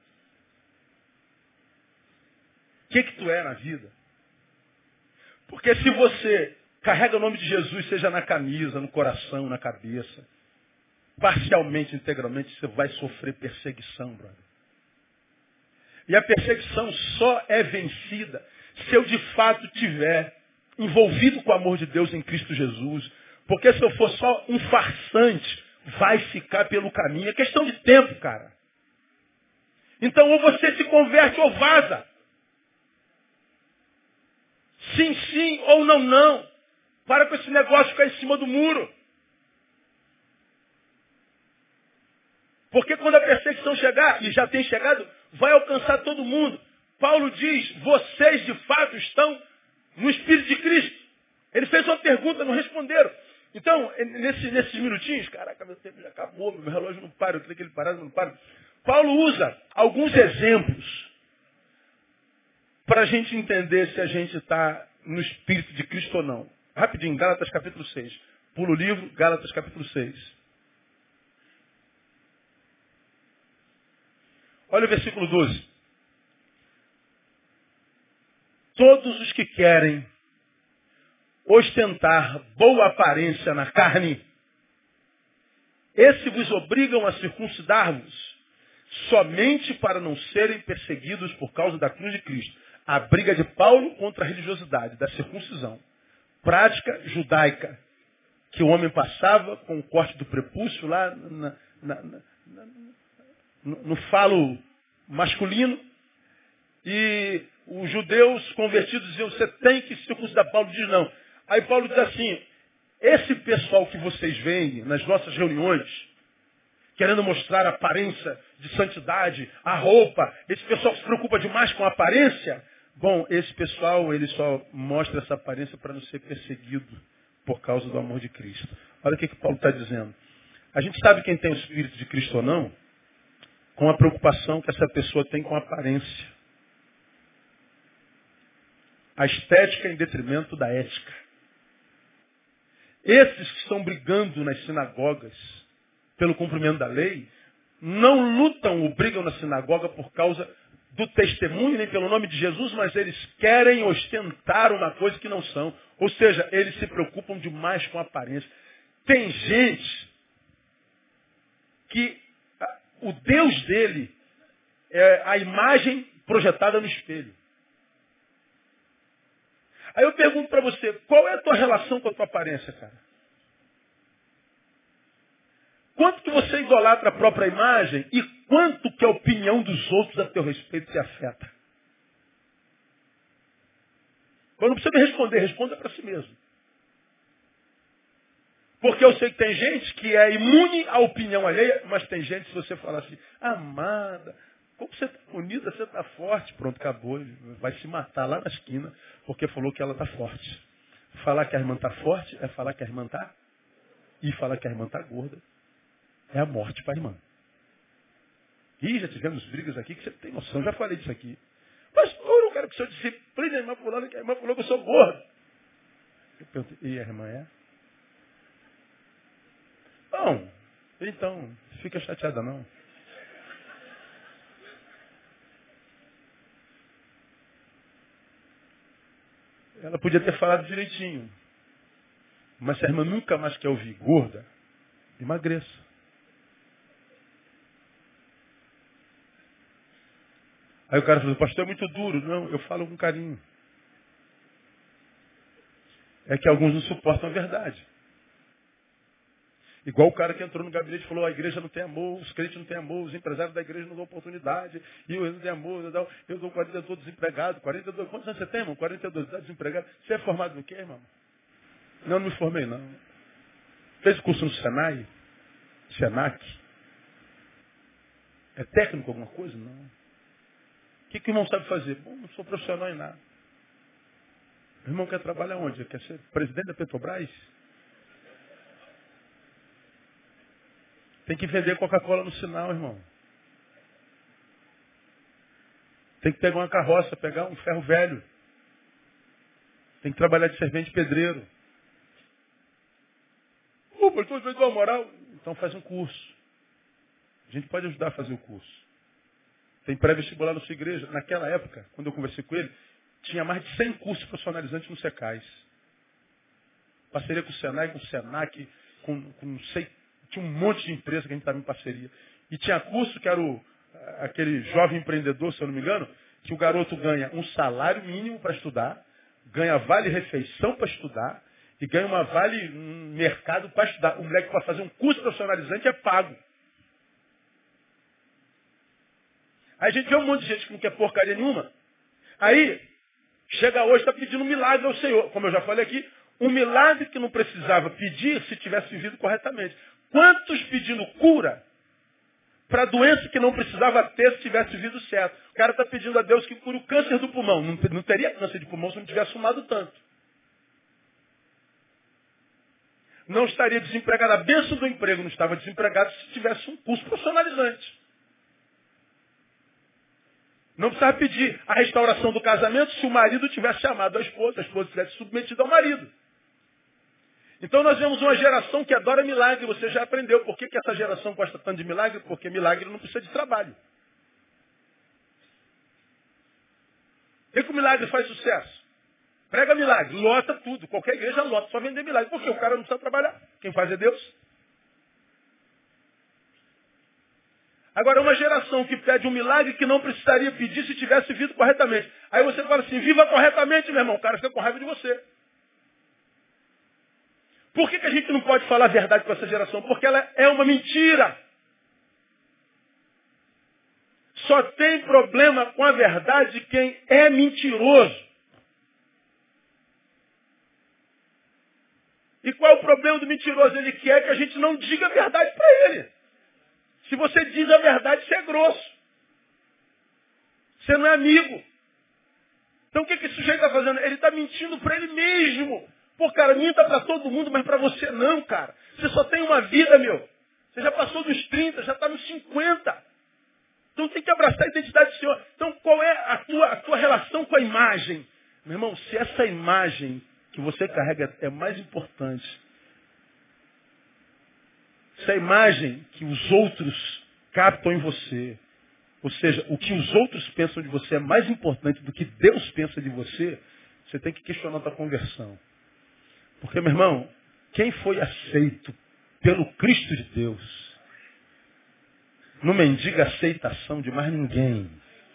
O que que tu é na vida? Porque se você carrega o nome de Jesus, seja na camisa, no coração, na cabeça, parcialmente, integralmente, você vai sofrer perseguição, brother. E a perseguição só é vencida se eu de fato tiver envolvido com o amor de Deus em Cristo Jesus. Porque se eu for só um farsante, vai ficar pelo caminho. É questão de tempo, cara. Então ou você se converte ou vaza. Sim, sim ou não, não. Para com esse negócio ficar em cima do muro. Porque quando a perseguição chegar, e já tem chegado, vai alcançar todo mundo. Paulo diz, vocês de fato estão no Espírito de Cristo. Ele fez uma pergunta, não responderam. Então, nesse, nesses minutinhos, caraca, meu tempo já acabou, meu relógio não para, eu queria que ele parasse, não para. Paulo usa alguns exemplos para a gente entender se a gente está no Espírito de Cristo ou não. Rapidinho, Gálatas capítulo seis. Pula o livro, Gálatas capítulo seis. Olha o versículo doze. Todos os que querem ostentar boa aparência na carne, esses vos obrigam a circuncidar-vos, somente para não serem perseguidos por causa da cruz de Cristo. A briga de Paulo contra a religiosidade, da circuncisão. Prática judaica, que o homem passava com o corte do prepúcio lá na, na, na, na, no, no falo masculino, e os judeus convertidos diziam, você tem que circuncidar. Paulo diz não. Aí Paulo diz assim, esse pessoal que vocês veem nas nossas reuniões, querendo mostrar a aparência de santidade, a roupa, esse pessoal que se preocupa demais com a aparência, bom, esse pessoal, ele só mostra essa aparência para não ser perseguido por causa do amor de Cristo. Olha o que, que Paulo está dizendo. A gente sabe quem tem o Espírito de Cristo ou não, com a preocupação que essa pessoa tem com a aparência. A estética em detrimento da ética. Esses que estão brigando nas sinagogas pelo cumprimento da lei, não lutam ou brigam na sinagoga por causa do testemunho, nem pelo nome de Jesus, mas eles querem ostentar uma coisa que não são. Ou seja, eles se preocupam demais com a aparência. Tem gente que o Deus dele é a imagem projetada no espelho. Aí eu pergunto para você, qual é a tua relação com a tua aparência, cara? Quanto que você idolatra a própria imagem e quanto que a opinião dos outros a teu respeito te afeta? Eu não precisa me responder, responda para si mesmo. Porque eu sei que tem gente que é imune à opinião alheia, mas tem gente, se você falar assim, amada, como você está bonita, você está forte, pronto, acabou, vai se matar lá na esquina, porque falou que ela está forte. Falar que a irmã está forte é falar que a irmã está, e falar que a irmã está gorda é a morte para a irmã. E já tivemos brigas aqui que você tem noção, já falei disso aqui. Mas eu não quero que o senhor discipline a irmã fulana, que a irmã falou que eu sou gordo. Eu perguntei, e a irmã é? Não, então, fica chateada não. Ela podia ter falado direitinho. Mas se a irmã nunca mais quer ouvir gorda, emagreça. Aí o cara falou, pastor, é muito duro. Não, eu falo com carinho. É que alguns não suportam a verdade. Igual o cara que entrou no gabinete e falou, a igreja não tem amor, os crentes não têm amor, os empresários da igreja não dão oportunidade, e eu não tenho amor, eu dou, eu dou quarenta e dois desempregado, quarenta e dois, quantos anos você tem, irmão? quarenta e dois, está desempregado. Você é formado no quê, irmão? Não, não me formei, não. Fez curso no Senai? Senac? É técnico alguma coisa? Não. O que, que o irmão sabe fazer? Bom, não sou profissional em nada. O irmão quer trabalhar onde? Quer ser presidente da Petrobras? Tem que vender Coca-Cola no sinal, irmão. Tem que pegar uma carroça, pegar um ferro velho. Tem que trabalhar de servente pedreiro. Uh, pastor, você dá uma moral? Então faz um curso. A gente pode ajudar a fazer o curso. Tem pré-vestibular na sua igreja. Naquela época, quando eu conversei com ele, tinha mais de cem cursos profissionalizantes no SECAIS. Parceria com o Senai, com o Senac, com, com não sei, tinha um monte de empresa que a gente estava em parceria. E tinha curso que era o, aquele jovem empreendedor, se eu não me engano, que o garoto ganha um salário mínimo para estudar, ganha vale-refeição para estudar e ganha uma vale-mercado para estudar. O moleque para fazer um curso profissionalizante é pago. Aí a gente vê um monte de gente que não quer porcaria nenhuma. Aí, chega hoje, está pedindo um milagre ao Senhor. Como eu já falei aqui, um milagre que não precisava pedir se tivesse vivido corretamente. Quantos pedindo cura para doença que não precisava ter se tivesse vivido certo? O cara está pedindo a Deus que cure o câncer do pulmão. Não, não teria câncer de pulmão se não tivesse fumado tanto. Não estaria desempregado. A bênção do emprego não estava desempregado se tivesse um curso profissionalizante. Não precisava pedir a restauração do casamento se o marido tivesse chamado a esposa, a esposa tivesse submetido ao marido. Então nós vemos uma geração que adora milagre. Você já aprendeu por que, que essa geração gosta tanto de milagre? Porque milagre não precisa de trabalho. Por que, que o milagre faz sucesso? Prega milagre, lota tudo. Qualquer igreja lota, só vender milagre. Por quê? O cara não precisa trabalhar. Quem faz é Deus. Agora, uma geração que pede um milagre que não precisaria pedir se tivesse vivido corretamente. Aí você fala assim, viva corretamente, meu irmão. O cara fica com raiva de você. Por que, que a gente não pode falar a verdade com essa geração? Porque ela é uma mentira. Só tem problema com a verdade quem é mentiroso. E qual é o problema do mentiroso? Ele quer que a gente não diga a verdade para ele. Se você diz a verdade, você é grosso. Você não é amigo. Então o que, que esse sujeito está fazendo? Ele está mentindo para ele mesmo. Pô, cara, minta para todo mundo, mas para você não, cara. Você só tem uma vida, meu. Você já passou dos trinta, já está nos cinquenta. Então tem que abraçar a identidade do Senhor. Então qual é a tua, a tua relação com a imagem? Meu irmão, se essa imagem que você carrega é mais importante, se a imagem que os outros captam em você, ou seja, o que os outros pensam de você é mais importante do que Deus pensa de você, você tem que questionar a tua conversão. Porque, meu irmão, quem foi aceito pelo Cristo de Deus não mendiga aceitação de mais ninguém.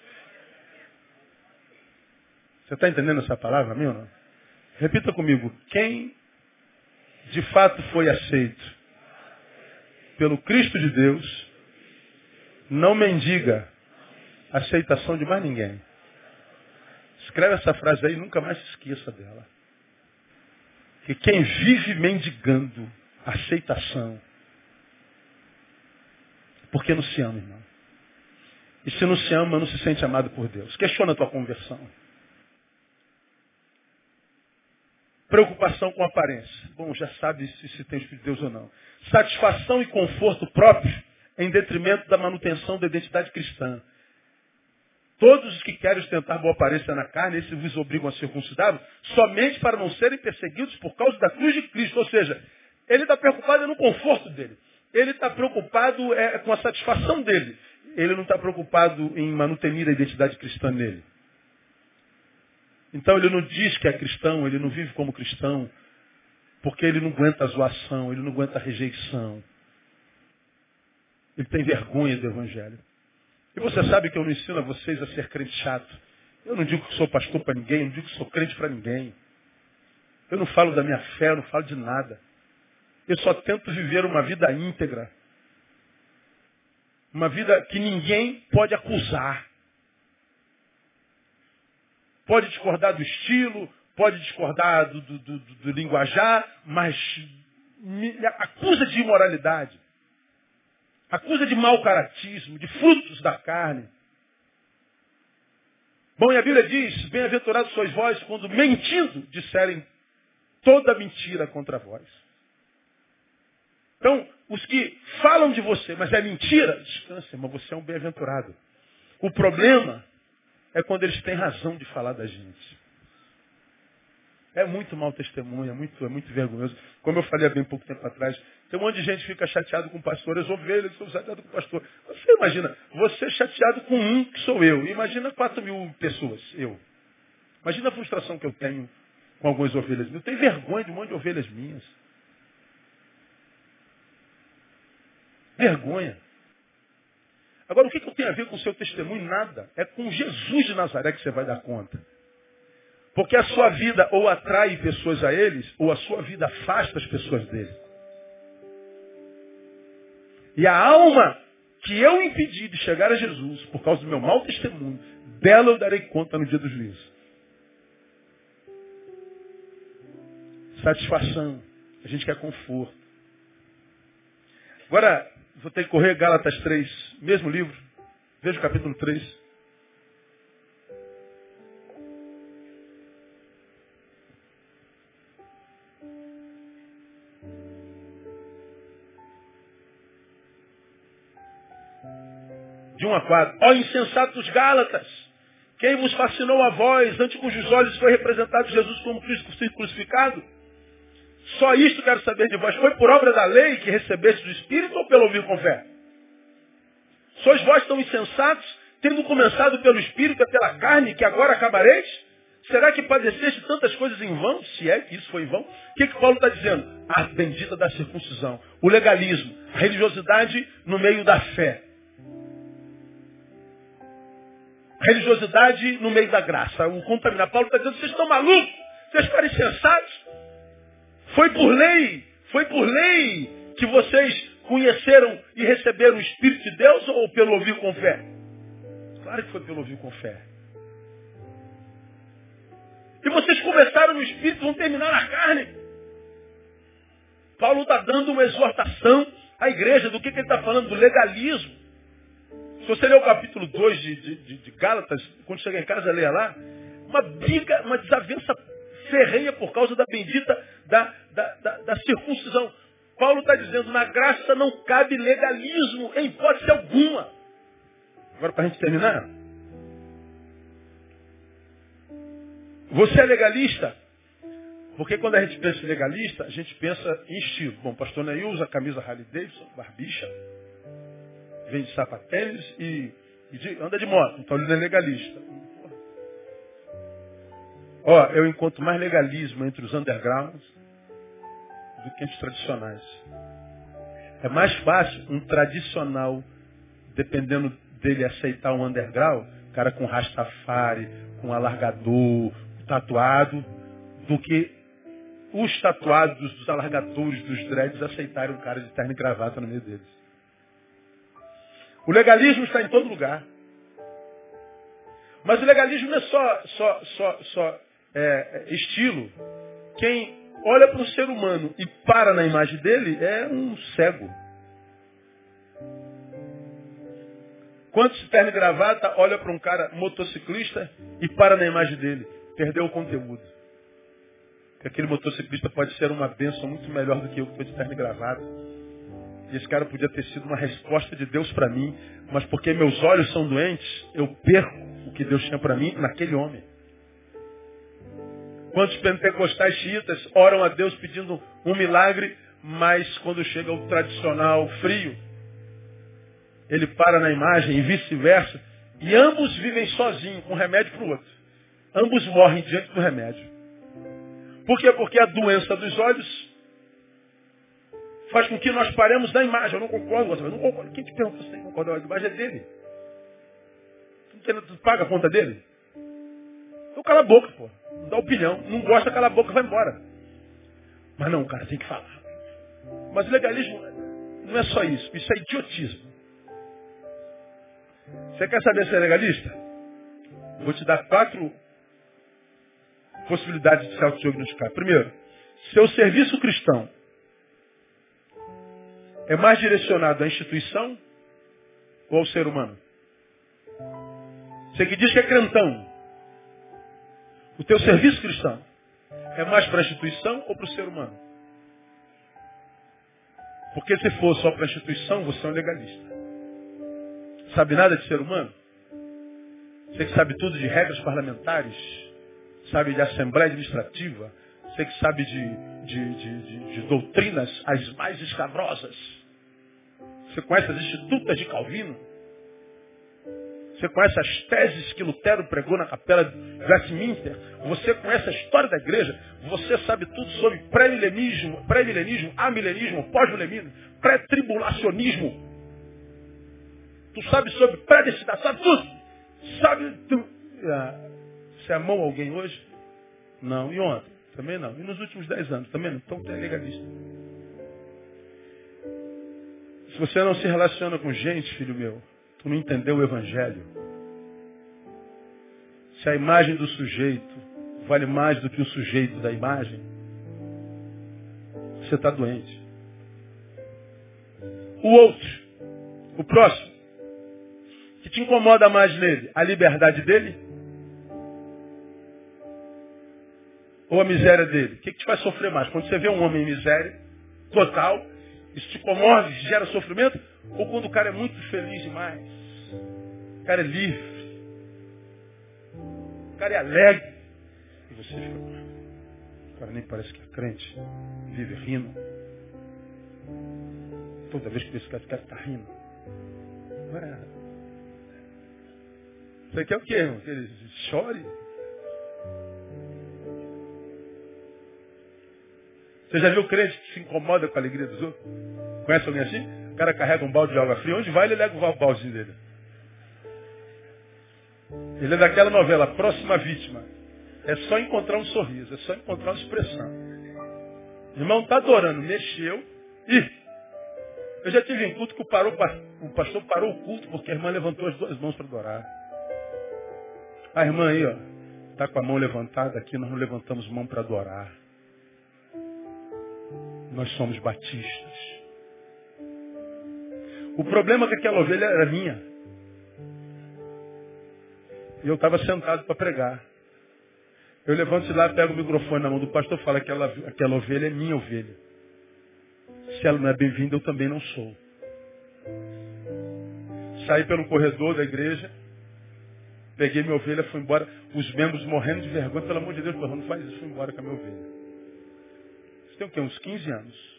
Você está entendendo essa palavra, meu? Não? Repita comigo. Quem de fato foi aceito pelo Cristo de Deus não mendiga aceitação de mais ninguém. Escreve essa frase aí e nunca mais se esqueça dela. Que quem vive mendigando aceitação, porque não se ama, irmão. E se não se ama, não se sente amado por Deus. Questiona a tua conversão. Preocupação com a aparência. Bom, já sabe se, se tem Espírito de Deus ou não. Satisfação e conforto próprio em detrimento da manutenção da identidade cristã. Todos os que querem ostentar boa aparência na carne, esses vos obrigam a circuncidá-lo, somente para não serem perseguidos por causa da cruz de Cristo. Ou seja, ele está preocupado no conforto dele. Ele está preocupado é, com a satisfação dele. Ele não está preocupado em manutenir a identidade cristã nele. Então ele não diz que é cristão, ele não vive como cristão, porque ele não aguenta a zoação, ele não aguenta a rejeição. Ele tem vergonha do Evangelho. E você sabe que eu não ensino a vocês a ser crente chato. Eu não digo que sou pastor para ninguém, eu não digo que sou crente para ninguém. Eu não falo da minha fé, eu não falo de nada. Eu só tento viver uma vida íntegra. Uma vida que ninguém pode acusar. Pode discordar do estilo, pode discordar do, do, do, do linguajar, mas me acusa de imoralidade. Acusa de mau caratismo, de frutos da carne. Bom, e a Bíblia diz, bem-aventurados sois vós quando mentindo disserem toda mentira contra vós. Então, os que falam de você, mas é mentira, descansa, mas você é um bem-aventurado. O problema é quando eles têm razão de falar da gente. É muito mau testemunho, é muito, é muito vergonhoso. Como eu falei há bem pouco tempo atrás, tem um monte de gente que fica chateado com o pastor, as ovelhas estão chateadas com o pastor. Você imagina, você chateado com um que sou eu. Imagina quatro mil pessoas, eu. Imagina a frustração que eu tenho com algumas ovelhas minhas. Eu tenho vergonha de um monte de ovelhas minhas. Vergonha. Agora, o que eu tenho a ver com o seu testemunho? Nada. É com Jesus de Nazaré que você vai dar conta. Porque a sua vida ou atrai pessoas a eles, ou a sua vida afasta as pessoas dele. E a alma que eu impedi de chegar a Jesus, por causa do meu mau testemunho, dela eu darei conta no dia do juízo. Satisfação. A gente quer conforto. Agora, vou ter que correr Gálatas três, mesmo livro. Veja o capítulo três. De um a quatro. Ó insensatos Gálatas, quem vos fascinou a vós, ante cujos olhos foi representado Jesus como Cristo crucificado? Só isto quero saber de vós. Foi por obra da lei que recebeste do Espírito ou pelo ouvir com fé? Sois vós tão insensatos, tendo começado pelo Espírito e pela carne, que agora acabareis? Será que padeceste tantas coisas em vão? Se é que isso foi em vão. O que, que Paulo está dizendo? A bendita da circuncisão. O legalismo. A religiosidade no meio da fé. Religiosidade no meio da graça. O contaminar. Paulo está dizendo, vocês estão malucos? Vocês ficaram insensatos? Foi por lei, foi por lei que vocês conheceram e receberam o Espírito de Deus ou pelo ouvir com fé? Claro que foi pelo ouvir com fé. E vocês começaram no Espírito e vão terminar na carne. Paulo está dando uma exortação à igreja do que, que ele está falando, do legalismo. Se você ler o capítulo dois de, de, de Gálatas, quando chegar em casa, leia lá, uma briga, uma desavença ferrenha por causa da bendita da, da, da, da circuncisão. Paulo está dizendo, na graça não cabe legalismo, em hipótese alguma. Agora, para a gente terminar. Você é legalista? Porque quando a gente pensa em legalista, a gente pensa em estilo. Bom, o pastor Ney usa camisa Harley Davidson, barbicha, vende sapatênis e, e de, anda de moto. Então ele não é legalista. Ó, eu encontro mais legalismo entre os undergrounds do que entre os tradicionais. É mais fácil um tradicional, dependendo dele aceitar um underground, cara com rastafari, com alargador, tatuado, do que os tatuados dos alargadores, dos dreads, aceitarem um cara de terno e gravata no meio deles. O legalismo está em todo lugar. Mas o legalismo não é só, só, só, só é, estilo. Quem olha para o ser humano e para na imagem dele é um cego. Quantos de terno e gravata olha para um cara motociclista e para na imagem dele? Perdeu o conteúdo. Porque aquele motociclista pode ser uma bênção muito melhor do que eu que estou de terno e gravata. E esse cara podia ter sido uma resposta de Deus para mim, mas porque meus olhos são doentes, eu perco o que Deus tinha para mim naquele homem. Quantos pentecostais xiitas oram a Deus pedindo um milagre, mas quando chega o tradicional frio, ele para na imagem e vice-versa, e ambos vivem sozinhos, com um remédio para o outro. Ambos morrem diante do remédio. Por quê? Porque a doença dos olhos faz com que nós paremos na imagem. Eu não concordo, eu não concordo. Quem te pergunta se você concorda? A imagem é dele. Tu, não tem, tu paga a conta dele? Então cala a boca, pô. Não dá opinião. Não gosta, cala a boca e vai embora. Mas não, o cara tem que falar. Mas o legalismo não é só isso. Isso é idiotismo. Você quer saber se é legalista? Vou te dar quatro possibilidades de se autodiagnosticar. Primeiro, seu serviço cristão é mais direcionado à instituição ou ao ser humano? Você que diz que é crentão, o teu serviço cristão é mais para a instituição ou para o ser humano? Porque se for só para a instituição, você é um legalista. Sabe nada de ser humano? Você que sabe tudo de regras parlamentares, sabe de assembleia administrativa, você que sabe de, de, de, de, de doutrinas as mais escabrosas. Você conhece as institutas de Calvino? Você conhece as teses que Lutero pregou na capela de Westminster? Você conhece a história da igreja? Você sabe tudo sobre pré-milenismo, pré-milenismo, amilenismo, pós-milenismo, pré-tribulacionismo. Tu sabe sobre predestinação, sabe tudo. Sabe tu... Ah, você amou alguém hoje? Não. E ontem? Também não. E nos últimos dez anos? Também não. Então tu é legalista. Se você não se relaciona com gente, filho meu, tu não entendeu o Evangelho. Se a imagem do sujeito vale mais do que o sujeito da imagem, você está doente. O outro, o próximo, que te incomoda mais nele, a liberdade dele ou a miséria dele? O que, que te faz sofrer mais? Quando você vê um homem em miséria total, isso te comove, gera sofrimento? Ou quando o cara é muito feliz demais? O cara é livre. O cara é alegre. E você fica... O cara nem parece que é crente. Vive rindo. Toda vez que esse cara, esse cara está rindo. Ué. Você quer o quê, irmão? Que ele chore? Você já viu crente que se incomoda com a alegria dos outros? Conhece alguém assim? O cara carrega um balde de água fria. Onde vai, ele leva o baldezinho dele. Ele é daquela novela, Próxima Vítima. É só encontrar um sorriso, é só encontrar uma expressão. O irmão está adorando, mexeu. Ih, eu já tive em culto que o, parou, o pastor parou o culto porque a irmã levantou as duas mãos para adorar. A irmã aí, ó, está com a mão levantada aqui, nós não levantamos mão para adorar. Nós somos batistas. O problema é que aquela ovelha era minha. E eu estava sentado para pregar. Eu levanto de lá, pego o microfone na mão do pastor e falo, aquela, aquela ovelha é minha ovelha. Se ela não é bem-vinda, eu também não sou. Saí pelo corredor da igreja, peguei minha ovelha, fui embora. Os membros morrendo de vergonha, pelo amor de Deus, não faz isso, fui embora com a minha ovelha. Isso tem o quê? Uns quinze anos.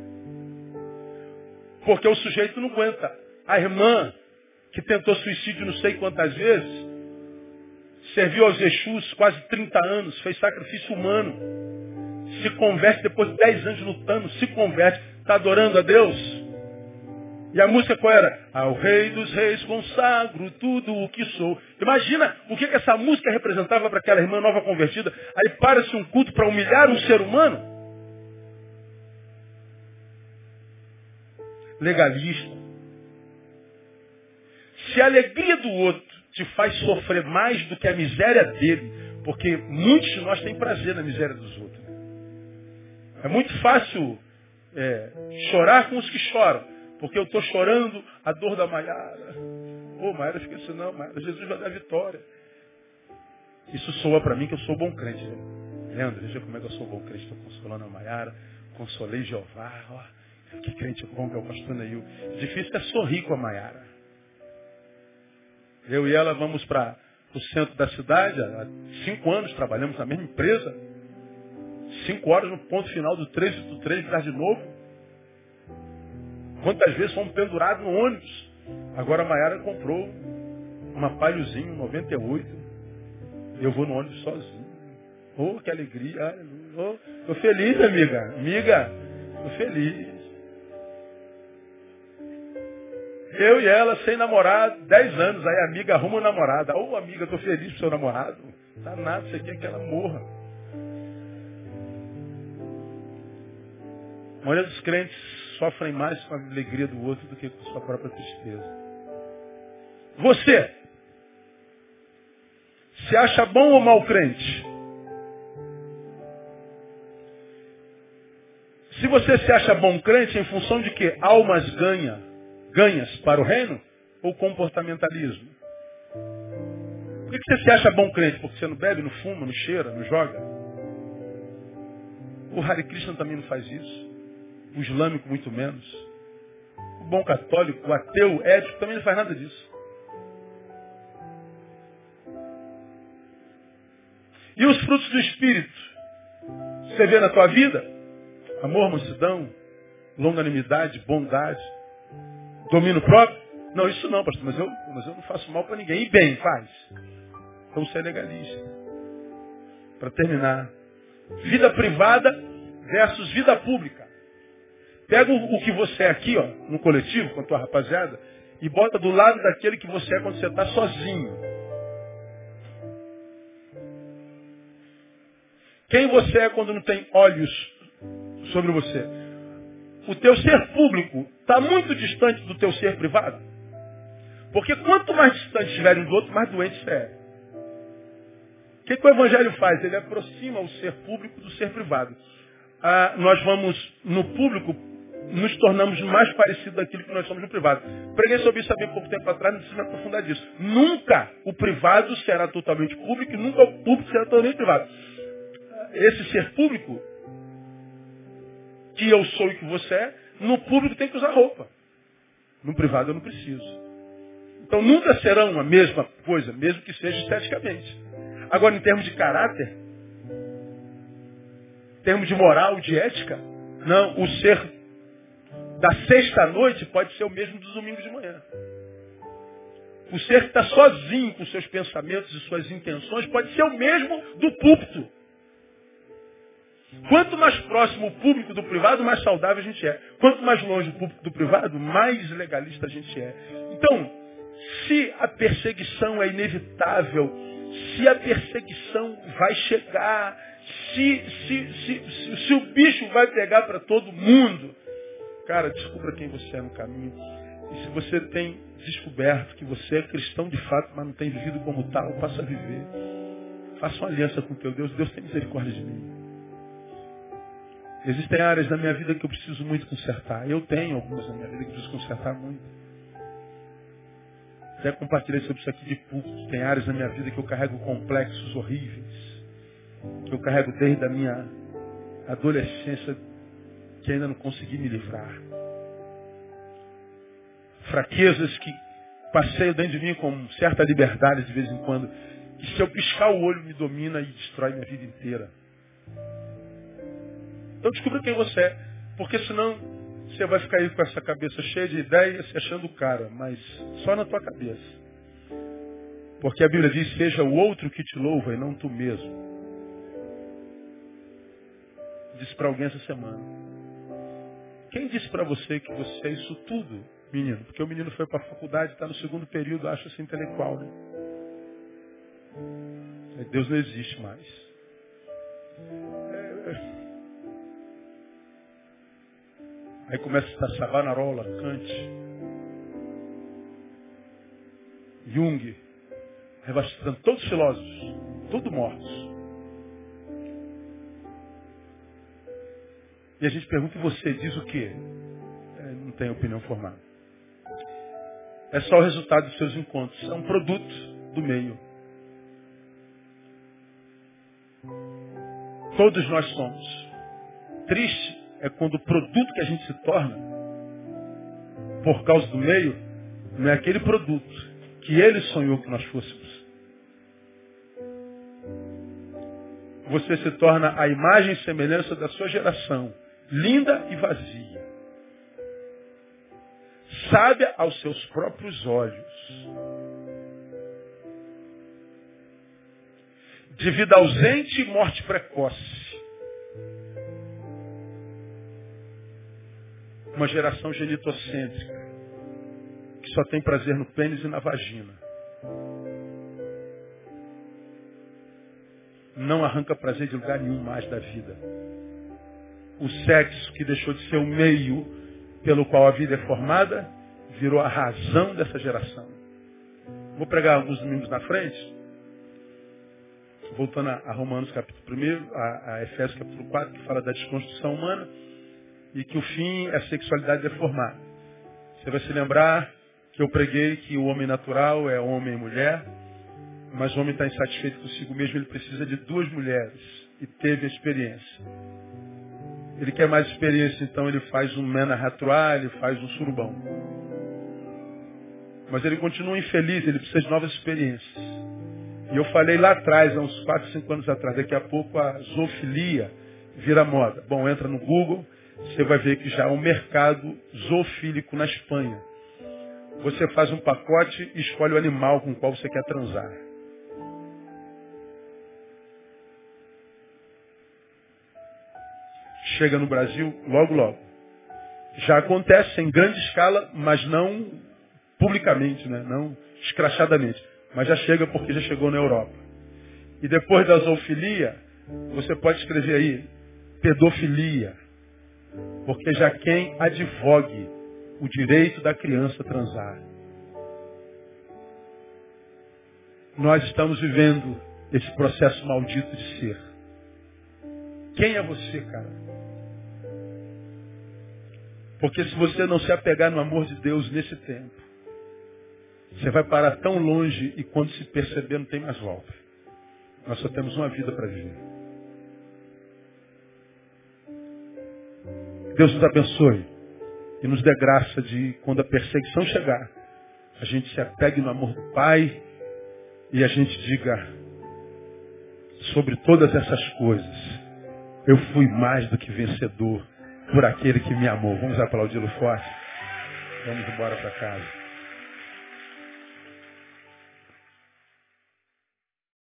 Porque o sujeito não aguenta. A irmã, que tentou suicídio não sei quantas vezes, serviu aos Exus quase trinta anos, fez sacrifício humano, se converte depois de dez anos lutando, se converte, está adorando a Deus. E a música qual era? Ao Rei dos Reis consagro tudo o que sou. Imagina o que, que essa música representava para aquela irmã nova convertida. Aí para-se um culto para humilhar um ser humano. Legalista. Se a alegria do outro te faz sofrer mais do que a miséria dele, porque muitos de nós têm prazer na miséria dos outros. É muito fácil é, chorar com os que choram, porque eu estou chorando a dor da Maiara. Ô, oh, Maiara, fica assim, não, Maiara, Jesus vai dar vitória. Isso soa para mim que eu sou bom crente. Né? Leandro, veja como é que eu sou bom crente. Estou consolando a Maiara, consolei Jeová. Ó. Que crente bom que é o pastor Neil. Difícil é sorrir com a Maiara. Eu e ela vamos para o centro da cidade, há cinco anos trabalhamos na mesma empresa. Cinco horas no ponto final do três do três, atrás de novo. Quantas vezes fomos pendurados no ônibus? Agora a Maiara comprou uma Paliozinho noventa e oito. Eu vou no ônibus sozinho. Oh, que alegria. Oh, tô feliz, amiga. Amiga, tô feliz. Eu e ela, sem namorado, dez anos. Aí a amiga arruma um namorado. Ô, oh, amiga, tô feliz pro seu namorado. Tá nada, você quer que ela morra. maioria dos crentes sofrem mais com a alegria do outro do que com a sua própria tristeza. Você se acha bom ou mau crente? Se você se acha bom crente, em função de que almas ganha, ganhas para o reino ou comportamentalismo? Por que você se acha bom crente? Porque você não bebe, não fuma, não cheira, não joga? O Hare Krishna também não faz isso. O islâmico muito menos. O bom católico, o ateu, ético também não faz nada disso. E os frutos do Espírito? Você vê na tua vida? Amor, mansidão, longanimidade, bondade, domínio próprio? Não, isso não, pastor, mas eu, mas eu não faço mal para ninguém. E bem, faz. Então você é legalista. Para terminar, vida privada versus vida pública. Pega o, o que você é aqui, ó, no coletivo, com a tua rapaziada, e bota do lado daquele que você é quando você está sozinho. Quem você é quando não tem olhos sobre você? O teu ser público está muito distante do teu ser privado? Porque quanto mais distante estiver um do outro, mais doente você é. O que, que o Evangelho faz? Ele aproxima o ser público do ser privado. Ah, nós vamos, no público, nos tornamos mais parecidos daquilo que nós somos no privado. Preguei sobre isso há bem pouco tempo atrás, não precisa me aprofundar disso. Nunca o privado será totalmente público e nunca o público será totalmente privado. Esse ser público, que eu sou e que você é, no público tem que usar roupa. No privado eu não preciso. Então nunca serão a mesma coisa, mesmo que seja esteticamente. Agora, em termos de caráter, em termos de moral, de ética, não, o ser da sexta-noite pode ser o mesmo do domingo de manhã. O ser que está sozinho com seus pensamentos e suas intenções pode ser o mesmo do púlpito. Quanto mais próximo o público do privado, mais saudável a gente é. Quanto mais longe o público do privado, mais legalista a gente é. Então, se a perseguição é inevitável, se a perseguição vai chegar, se, se, se, se, se o bicho vai pegar para todo mundo, cara, descubra quem você é no caminho. E se você tem descoberto que você é cristão de fato, mas não tem vivido como tal, passa a viver. Faça uma aliança com o teu Deus. Deus tem misericórdia de mim. Existem áreas da minha vida que eu preciso muito consertar. Eu tenho algumas na minha vida que eu preciso consertar muito. Até compartilhei sobre isso aqui de público. Tem áreas na minha vida que eu carrego complexos horríveis. Que eu carrego desde a minha adolescência que ainda não consegui me livrar. Fraquezas que passeiam dentro de mim com certa liberdade de vez em quando. E se eu piscar o olho me domina e destrói minha vida inteira. Então descubra quem você é. Porque senão você vai ficar aí com essa cabeça cheia de ideias, se achando o cara. Mas só na tua cabeça. Porque a Bíblia diz, seja o outro que te louva e não tu mesmo. Disse para alguém essa semana. Quem disse para você que você é isso tudo, menino? Porque o menino foi para a faculdade, está no segundo período, acha-se intelectual, né? Deus não existe mais. É... Aí começa a estar Savonarola, Kant, Jung, revastando todos os filósofos, tudo mortos. E a gente pergunta, e você diz o quê? É, não tem opinião formada. É só o resultado dos seus encontros. É um produto do meio. Todos nós somos. Triste é quando o produto que a gente se torna, por causa do meio, não é aquele produto que ele sonhou que nós fôssemos. Você se torna a imagem e semelhança da sua geração. Linda e vazia. Sábia aos seus próprios olhos. De vida ausente e morte precoce. Uma geração genitocêntrica. Que só tem prazer no pênis e na vagina. Não arranca prazer de lugar nenhum mais da vida. O sexo, que deixou de ser o meio pelo qual a vida é formada, virou a razão dessa geração. Vou pregar alguns domingos na frente, voltando a Romanos capítulo um, a, a Efésios capítulo quatro, que fala da desconstrução humana, e que o fim é a sexualidade deformada. Você vai se lembrar que eu preguei que o homem natural é homem e mulher, mas o homem está insatisfeito consigo mesmo, ele precisa de duas mulheres, e teve a experiência. Ele quer mais experiência, então ele faz um menahatruá, ele faz um surubão. Mas ele continua infeliz, ele precisa de novas experiências. E eu falei lá atrás, há uns quatro, cinco anos atrás, daqui a pouco a zoofilia vira moda. Bom, entra no Google, você vai ver que já há um mercado zoofílico na Espanha. Você faz um pacote e escolhe o animal com o qual você quer transar. Chega no Brasil logo, logo. Já acontece em grande escala, mas não publicamente, né? Não escrachadamente. Mas já chega porque já chegou na Europa. E depois da zoofilia, você pode escrever aí, pedofilia. Porque já quem advogue o direito da criança a transar. Nós estamos vivendo esse processo maldito de ser. Quem é você, cara? Porque se você não se apegar no amor de Deus nesse tempo, você vai parar tão longe e quando se perceber não tem mais volta. Nós só temos uma vida para viver. Deus nos abençoe e nos dê graça de, quando a perseguição chegar, a gente se apegue no amor do Pai e a gente diga sobre todas essas coisas, eu fui mais do que vencedor por aquele que me amou. Vamos aplaudi-lo forte? Vamos embora para casa.